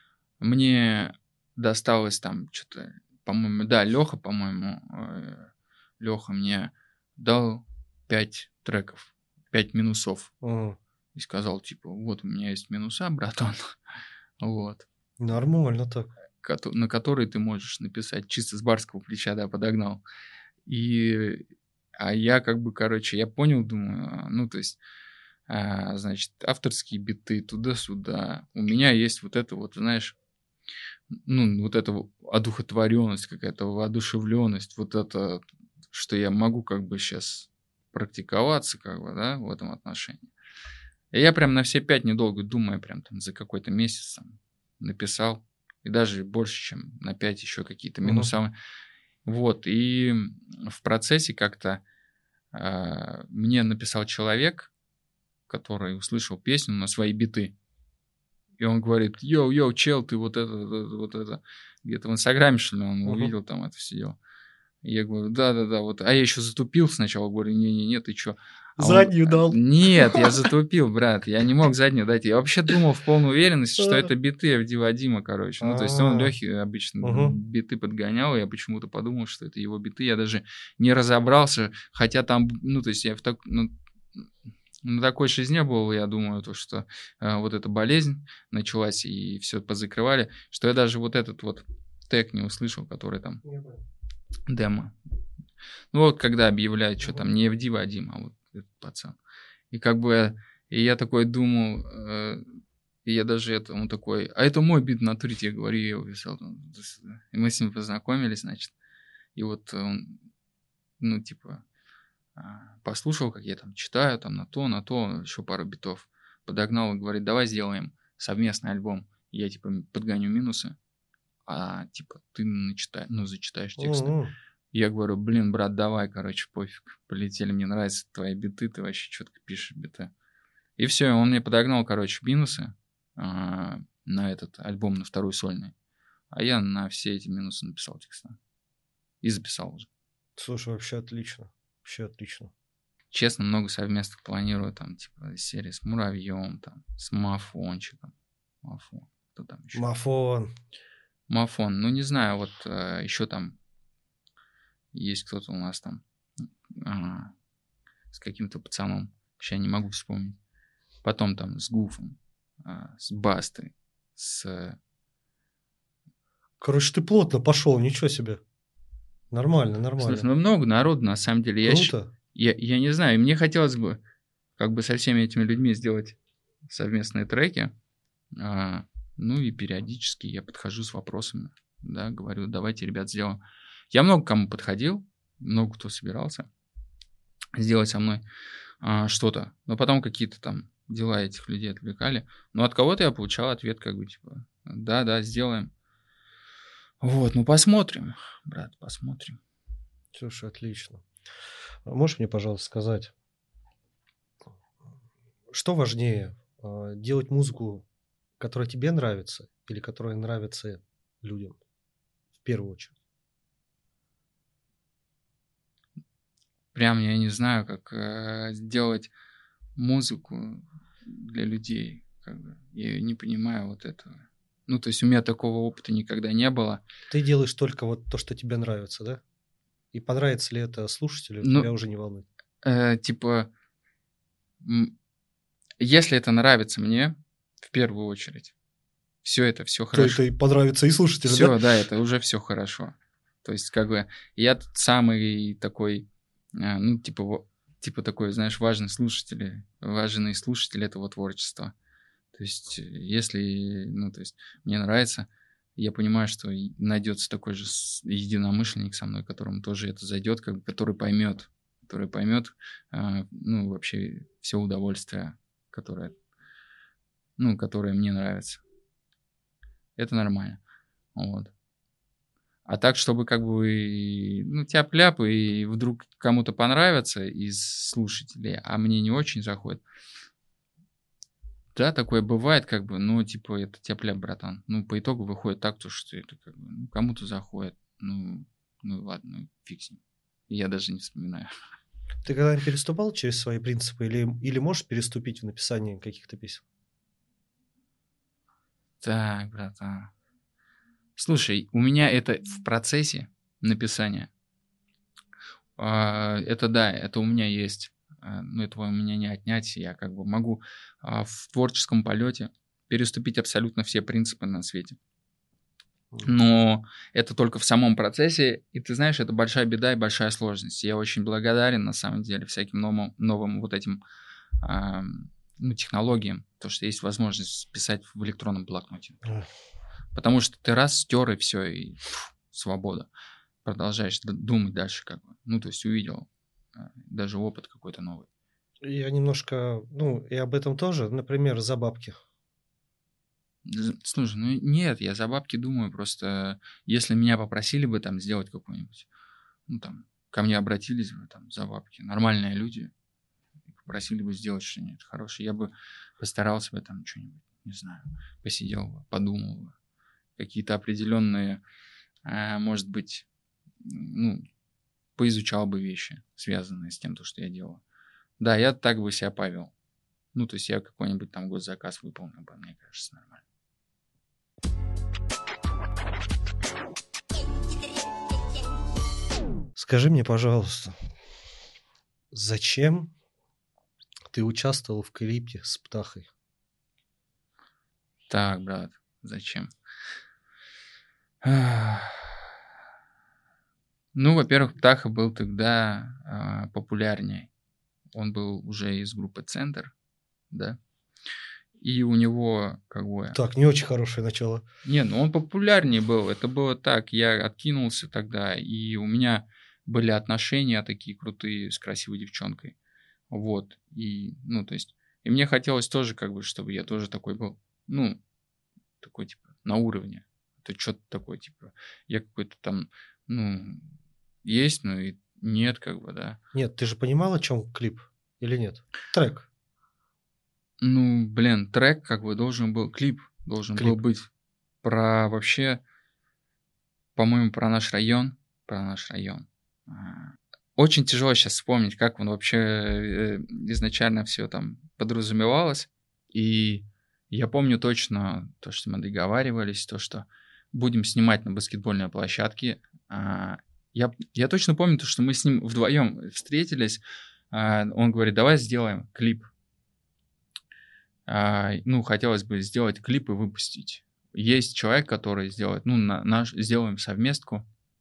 Мне досталось там что-то, по-моему, да, Леха, по-моему, э, Леха мне дал пять треков, пять минусов. Mm. И сказал, типа, вот у меня есть минуса, братан. Вот. Нормально так. На которые ты можешь написать чисто с барского плеча, да, подогнал. И, а я как бы, короче, я понял, думаю, ну, то есть, а, значит, авторские биты туда-сюда. У меня есть вот это вот, знаешь, ну, вот эта одухотворенность какая-то, воодушевленность, вот это, что я могу как бы сейчас практиковаться, как бы, да, в этом отношении. И я прям на все пять, недолго думая, прям там за какой-то месяц там, написал, и даже больше, чем на пять еще какие-то минусы. Uh-huh. Вот, и в процессе как-то э, мне написал человек, который услышал песню на свои биты. И он говорит, йоу-йоу, чел, ты вот это, вот это, где-то в Инстаграме, что ли, он uh-huh. увидел там это все дело. И я говорю, да-да-да, вот. А я еще затупил сначала, говорю, не-не-не, ты что? А заднюю он... дал. Нет, я затупил, брат, я не мог заднюю дать. Я вообще думал в полной уверенности, что это биты эф ди Вадима, короче. Ну, то есть он Лехи обычно uh-huh. биты подгонял, и я почему-то подумал, что это его биты. Я даже не разобрался, хотя там, ну, то есть я в так... Ну, на такой жизни был, я думаю, то, что э, вот эта болезнь началась, и все позакрывали, что я даже вот этот вот тег не услышал, который там демо. Ну вот, когда объявляют, что там не эф ди Вадим, а вот этот пацан. И как бы, и я такой думал, э, и я даже это, он такой, а это мой бит в натуре, я говорю, я его писал. И мы с ним познакомились, значит, и вот он, ну, типа, послушал, как я там читаю, там на то, на то, еще пару битов, подогнал и говорит, давай сделаем совместный альбом. Я, типа, подгоню минусы, а, типа, ты начитай, ну, зачитаешь тексты. Uh-huh. Я говорю, блин, брат, давай, короче, пофиг, полетели, мне нравятся твои биты, ты вообще четко пишешь биты. И все, он мне подогнал, короче, минусы а, на этот альбом, на второй сольный, а я на все эти минусы написал тексты и записал уже. Слушай, вообще отлично. Вообще отлично. Честно, много совместных планирую, там, типа, серии с Муравьем, там, с Мафончиком. Мафон. Кто там еще? Мафон. Мафон. Ну, не знаю, вот э, еще там есть кто-то у нас там э, с каким-то пацаном. Сейчас не могу вспомнить. Потом там с Гуфом, э, с Бастой, с... Короче, ты плотно пошел, ничего себе. Нормально, нормально. Слушай, ну много народу, на самом деле. Круто. Я, я, я не знаю, мне хотелось бы как бы со всеми этими людьми сделать совместные треки. А, ну и периодически я подхожу с вопросами, да, говорю, давайте, ребят, сделаем. Я много кому подходил, много кто собирался сделать со мной а, что-то, но потом какие-то там дела этих людей отвлекали. Но от кого-то я получал ответ, как бы, типа, да-да, сделаем. Вот, ну посмотрим, брат, посмотрим. Слушай, отлично. Можешь мне, пожалуйста, сказать, что важнее, делать музыку, которая тебе нравится, или которая нравится людям в первую очередь? Прям я не знаю, как э, сделать музыку для людей. Как бы. Я не понимаю вот этого. Ну, то есть у меня такого опыта никогда не было. Ты делаешь только вот то, что тебе нравится, да? И понравится ли это слушателю, ну, тебя уже не волнует? Э, типа, если это нравится мне, в первую очередь, все это, все хорошо. То это и понравится и слушателю, всё, да? да, это уже все хорошо. То есть, как бы, я тут самый такой, а, ну, типа, во- типа такой, знаешь, важный слушатель, важный слушатель этого творчества. То есть, э, если, ну, то есть, мне нравится, я понимаю, что и найдется такой же с- единомышленник со мной, которому тоже это зайдет, как бы, который поймет, который поймет, а, ну, вообще все удовольствие, которое, ну, которое мне нравится. Это нормально. Вот. А так, чтобы как бы, и, ну, тяп-ляп, и вдруг кому-то понравится из слушателей, а мне не очень заходит. Да, такое бывает, как бы, ну, типа, это тяп-ляп, братан. Ну, по итогу выходит так, то, что это как бы, ну, кому-то заходит. Ну, ну ладно, ну, фиг с ним. Я даже не вспоминаю. Ты когда-нибудь переступал через свои принципы или, или можешь переступить в написании каких-то песен? Так, братан. Слушай, у меня это в процессе написания. А, это да, это у меня есть. А, ну, этого у меня не отнять. Я как бы могу а, в творческом полете переступить абсолютно все принципы на свете. Но это только в самом процессе, и ты знаешь, это большая беда и большая сложность. Я очень благодарен, на самом деле, всяким новым, новым вот этим а, ну, технологиям, то, что есть возможность писать в электронном блокноте. Эх. Потому что ты раз стер, и все, и пф, свобода. Продолжаешь д- думать дальше, как бы. Ну, то есть увидел а, даже опыт какой-то новый. Я немножко, ну, и об этом тоже, например, за бабки. З- Слушай, ну нет, я за бабки думаю, просто если меня попросили бы там сделать какой-нибудь, ну там, ко мне обратились бы там за бабки, нормальные люди, и попросили бы сделать что-нибудь хорошее, я бы постарался бы там что-нибудь, не знаю, посидел бы, подумал бы, какие-то определенные, а, может быть, ну, поизучал бы вещи, связанные с тем, то, что я делаю. Да, я так бы себя повел. Ну, то есть я какой-нибудь там госзаказ выполнил бы, мне кажется, нормально. Скажи мне, пожалуйста, зачем ты участвовал в клипе с Птахой? Так, брат, зачем? Ах. Ну, во-первых, Птаха был тогда а, популярнее. Он был уже из группы «Центр», да. И у него, как бы... Так, не очень хорошее начало. Не, ну он популярнее был. Это было так. Я откинулся тогда, и у меня были отношения такие крутые с красивой девчонкой. Вот. И, ну, то есть... И мне хотелось тоже, как бы, чтобы я тоже такой был. Ну, такой, типа, на уровне. Это что-то такое, типа... Я какой-то там, ну... Есть, но и нет, как бы, да. Нет, ты же понимал, о чем клип или нет? Трек. Ну, блин, трек как бы должен был, клип должен был Клип. быть про вообще, по-моему, про наш район, про наш район. А, Очень тяжело сейчас вспомнить, как он вообще э, изначально все там подразумевалось. И я помню точно то, что мы договаривались, то, что будем снимать на баскетбольной площадке. А, Я, я точно помню то, что мы с ним вдвоем встретились. А, Он говорит, давай сделаем клип. А, ну, хотелось бы сделать клип и выпустить. Есть человек, который сделает, ну, на, наш, сделаем совместку,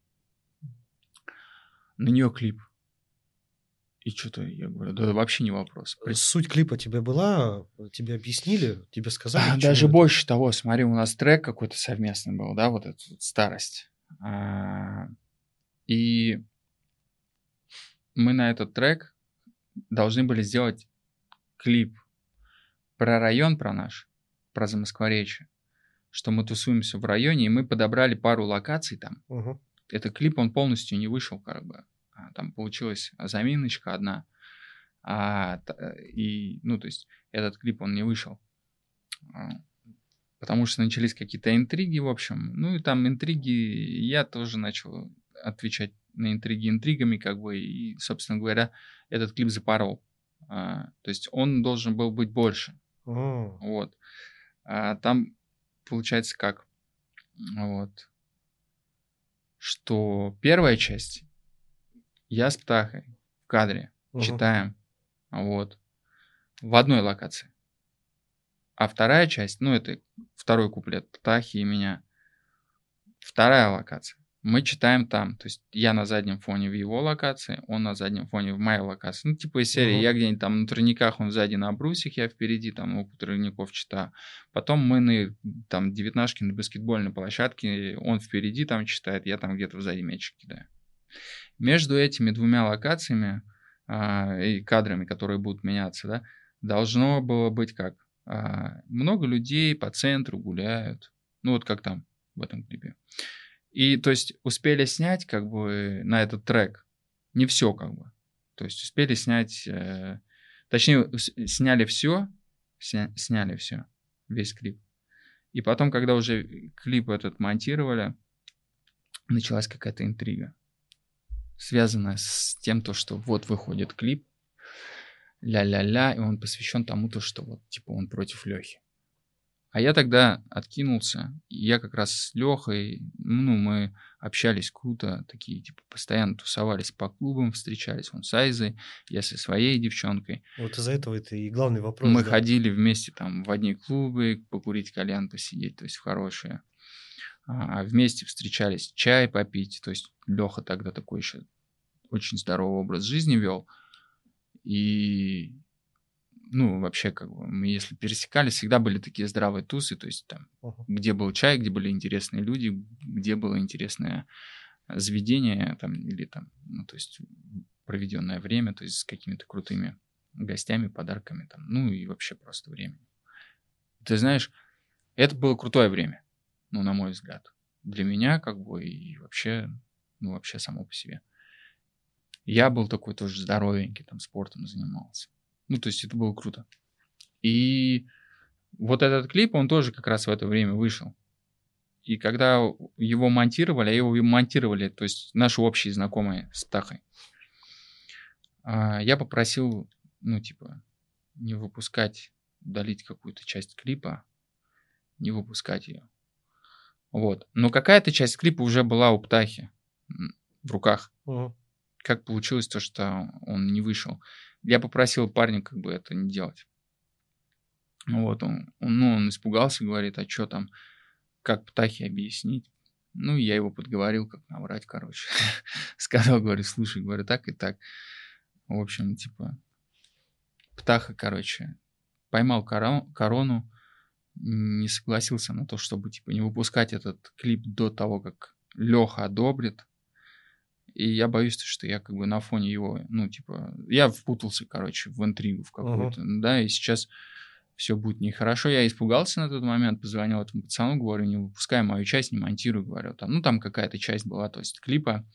на нее клип. И что-то я говорю, да вообще не вопрос. При- Суть клипа тебе была, тебе объяснили, тебе сказали, к чему Даже это? больше того, смотри, у нас трек какой-то совместный был, да, вот эта вот старость. А, И мы на этот трек должны были сделать клип про район, про наш, про Замоскворечье, что мы тусуемся в районе, и мы подобрали пару локаций там. Мгм. Этот клип, он полностью не вышел, как бы. А, Там получилась заминочка одна. А, т- и, ну, то есть, этот клип, он не вышел. А, Потому что начались какие-то интриги, в общем. Ну, и там интриги, я тоже начал отвечать на интриги интригами, как бы, и, собственно говоря, этот клип запорол. А, То есть, он должен был быть больше. М. Вот. А там, получается, как? Вот. Что первая часть, я с Птахой в кадре, Мгм. читаем, вот, в одной локации. А вторая часть, ну, это второй куплет Птахи и меня, вторая локация. Мы читаем там. То есть я на заднем фоне в его локации, он на заднем фоне в моей локации. Ну, типа из серии, uh-huh. я где-нибудь там на турниках, он сзади на брусьях, я впереди там у турников читаю. Потом мы на там девятнашке на баскетбольной площадке, он впереди там читает, я там где-то сзади мячик кидаю. Между этими двумя локациями а, и кадрами, которые будут меняться, да, должно было быть как? А, много людей по центру гуляют. Ну, вот как там в этом клипе. И, то есть, успели снять, как бы, на этот трек не все, как бы. То есть, успели снять, э, точнее, сняли все, сня, сняли все, весь клип. И потом, когда уже клип этот монтировали, началась какая-то интрига, связанная с тем, то, что вот выходит клип, ля-ля-ля, и он посвящен тому-то, что вот, типа, он против Лехи. А я тогда откинулся, и я как раз с Лехой, ну, мы общались круто, такие, типа, постоянно тусовались по клубам, встречались, он с Айзой, я со своей девчонкой. Вот из-за этого это и главный вопрос. Мы да? ходили вместе там в одни клубы, покурить кальян, посидеть, то есть в хорошие. А вместе встречались чай попить, то есть Леха тогда такой еще очень здоровый образ жизни вел. И... Ну, вообще, как бы, мы, если пересекались, всегда были такие здравые тусы, то есть там, uh-huh. где был чай, где были интересные люди, где было интересное заведение, там, или там, ну, то есть проведенное время, то есть с какими-то крутыми гостями, подарками, там, ну, и вообще просто время. Ты знаешь, это было крутое время, ну, на мой взгляд, для меня, как бы, и вообще, ну, вообще само по себе. Я был такой тоже здоровенький, там, спортом занимался. Ну, то есть это было круто. И вот этот клип, он тоже как раз в это время вышел. И когда его монтировали, а его монтировали, то есть наши общие знакомые с Птахой, я попросил, ну, типа, не выпускать, удалить какую-то часть клипа, не выпускать ее. Вот. Но какая-то часть клипа уже была у Птахи в руках. Uh-huh. Как получилось то, что он не вышел. Я попросил парня как бы это не делать. Вот он, он, ну, он испугался, говорит, а что там, как Птахе объяснить? Ну, я его подговорил, как наврать, короче. Сказал, говорю, слушай, говорю, так и так. В общем, типа, Птаха, короче, поймал корону, не согласился на то, чтобы, типа, не выпускать этот клип до того, как Леха одобрит. И я боюсь, что я как бы на фоне его, ну, типа, я впутался, короче, в интригу в какую-то, uh-huh. да, и сейчас все будет нехорошо. Я испугался на тот момент, позвонил этому пацану, говорю, не выпускай мою часть, не монтируй, говорю, там, ну, там какая-то часть была, то есть клипа,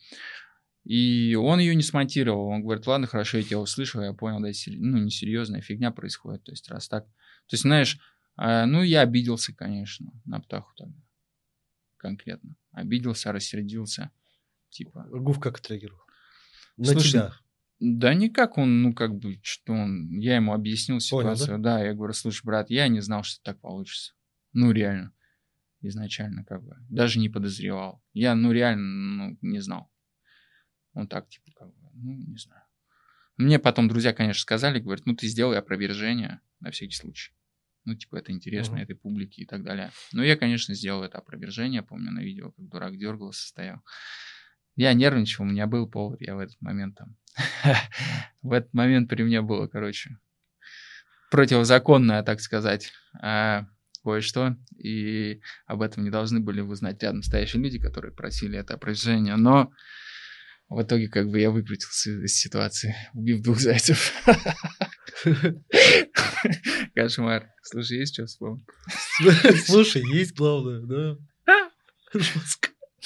и он ее не смонтировал, он говорит, ладно, хорошо, я тебя услышал, я понял, да, ну, несерьезная фигня происходит, то есть раз так, то есть, знаешь, э, ну, я обиделся, конечно, на Птаху тогда, конкретно, обиделся, рассердился. Типа. Гуф как отреагировал? На Слушай, тебя? Да никак он, ну как бы, что он, я ему объяснил ситуацию, Понял, да? да, я говорю, слушай, брат, я не знал, что так получится. Ну реально, изначально как бы, даже не подозревал. Я, ну реально, ну не знал. Он так, типа, как бы, ну не знаю. Мне потом друзья, конечно, сказали, говорят, ну ты сделай опровержение на всякий случай. Ну типа это интересно uh-huh. этой публике и так далее. Но я, конечно, сделал это опровержение, помню на видео, как дурак дергался, стоял. Я нервничал, у меня был повод, я в этот момент там... в этот момент при мне было, короче, противозаконное, так сказать, а, кое-что. И об этом не должны были узнать рядом стоящие люди, которые просили это опровержение. Но в итоге как бы я выкрутился из ситуации, убив двух зайцев. Кошмар. Слушай, есть что вспомнить? Слушай, есть главное, да? Жестко.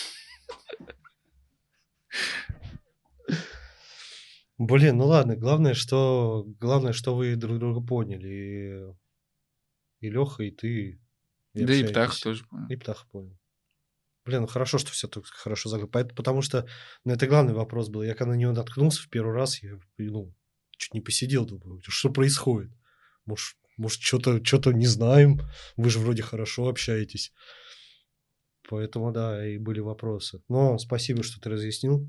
Блин, ну ладно, главное, что главное, что вы друг друга поняли. И, и Леха, и ты. И да общаетесь. И Птаха тоже понял. И Птаха понял. Блин, ну хорошо, что все так хорошо закрыто. Потому что, ну, это главный вопрос был. Я когда на него наткнулся в первый раз, я, ну, чуть не посидел, думаю, что происходит? Может, может что-то, что-то не знаем? Вы же вроде хорошо общаетесь. Поэтому, да, и были вопросы. Но спасибо, что ты разъяснил.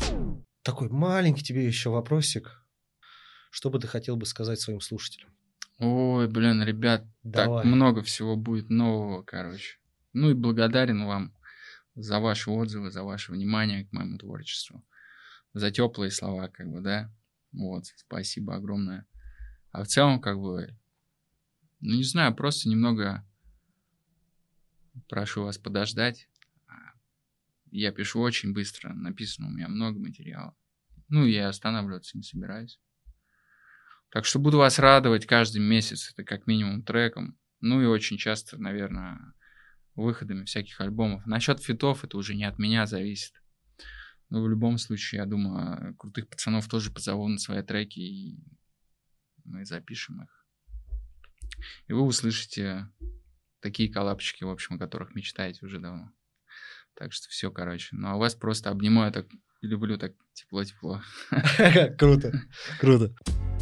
Такой маленький тебе еще вопросик. Что бы ты хотел бы сказать своим слушателям? Ой, блин, ребят, Давай. так много всего будет нового, короче. Ну и благодарен вам за ваши отзывы, за ваше внимание к моему творчеству, за теплые слова, как бы, да. Вот, спасибо огромное. А в целом, как бы, ну не знаю, просто немного прошу вас подождать. Я пишу очень быстро, написано у меня много материала. Ну, я останавливаться не собираюсь. Так что буду вас радовать каждый месяц, это как минимум треком. Ну и очень часто, наверное, выходами всяких альбомов. Насчет фитов это уже не от меня зависит. Но в любом случае, я думаю, крутых пацанов тоже позову на свои треки, и мы запишем их. И вы услышите такие коллапчики, в общем, о которых мечтаете уже давно. Так что все, короче. Ну, а вас просто обнимаю так, и люблю так тепло-тепло. Круто, круто.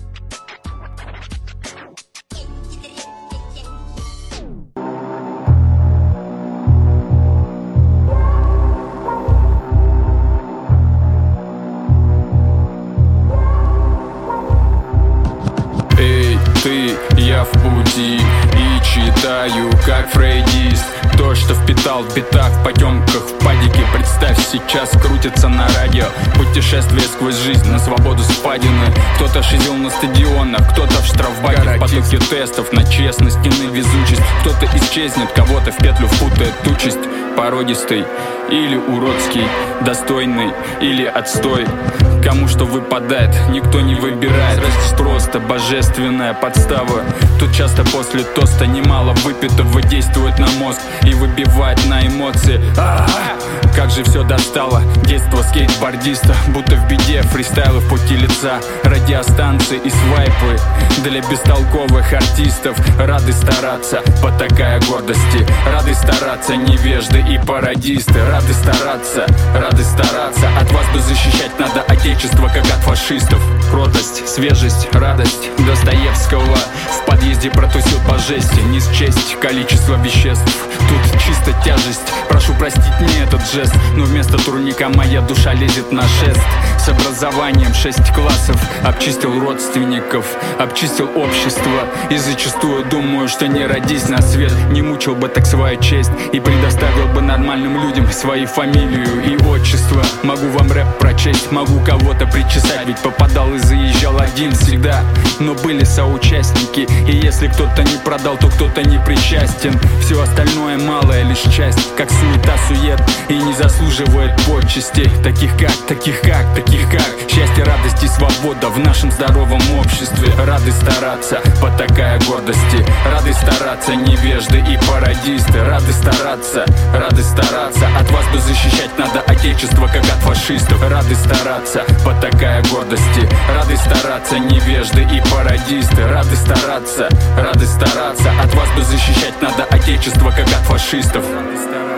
Ты, я в пути и читаю, как фрейдист. То, что впитал в битах, в потемках, в падике. Представь, сейчас крутится на радио. Путешествие сквозь жизнь, на свободу спадины. Кто-то шизил на стадионах, кто-то в штрафбаке. В потоке тестов на честность и на везучесть. Кто-то исчезнет, кого-то в петлю впутает участь. Породистый или уродский, достойный или отстой. Кому что выпадает, никто не выбирает. Просто божественная подстава. Тут часто после тоста немало выпитого действует на мозг и выбивает на эмоции. А-а-а! Как же все достало. Детство скейтбордиста, будто в беде. Фристайлы в пути лица, радиостанции и свайпы для бестолковых артистов. Рады стараться, потакая гордости. Рады стараться невежды и пародисты. Рады стараться, рады стараться. От вас бы защищать надо отечество, как от фашистов. Кротость, свежесть, радость Достоевского. В подъезде протусил по жести. Не счесть количество веществ. Тут чисто тяжесть. Прошу простить мне этот жест, но вместо турника моя душа лезет на шест. С образованием шесть классов. Обчистил родственников, обчистил общество. И зачастую думаю, что не родись на свет, не мучил бы так свою честь и предоставил бы нормальным людям свои фамилию и отчество. Могу вам рэп прочесть, могу кого-то причесать, ведь попадал и заезжал один всегда. Но были соучастники, и если кто-то не продал, то кто-то не причастен. Все остальное малая лишь часть, как суета-сует, и не заслуживает почестей. Таких как, таких как, таких как счастье, радость и свобода в нашем здоровом обществе. Рады стараться, потакая гордости. Рады стараться невежды и пародисты. Рады стараться, рады стараться. От вас бы защищать надо отечество, как от фашистов. Рады стараться, потакая гордости. Рады стараться невежды и пародисты. Рады стараться, рады стараться. От вас бы защищать надо отечество, как от фашистов. Рады стараться.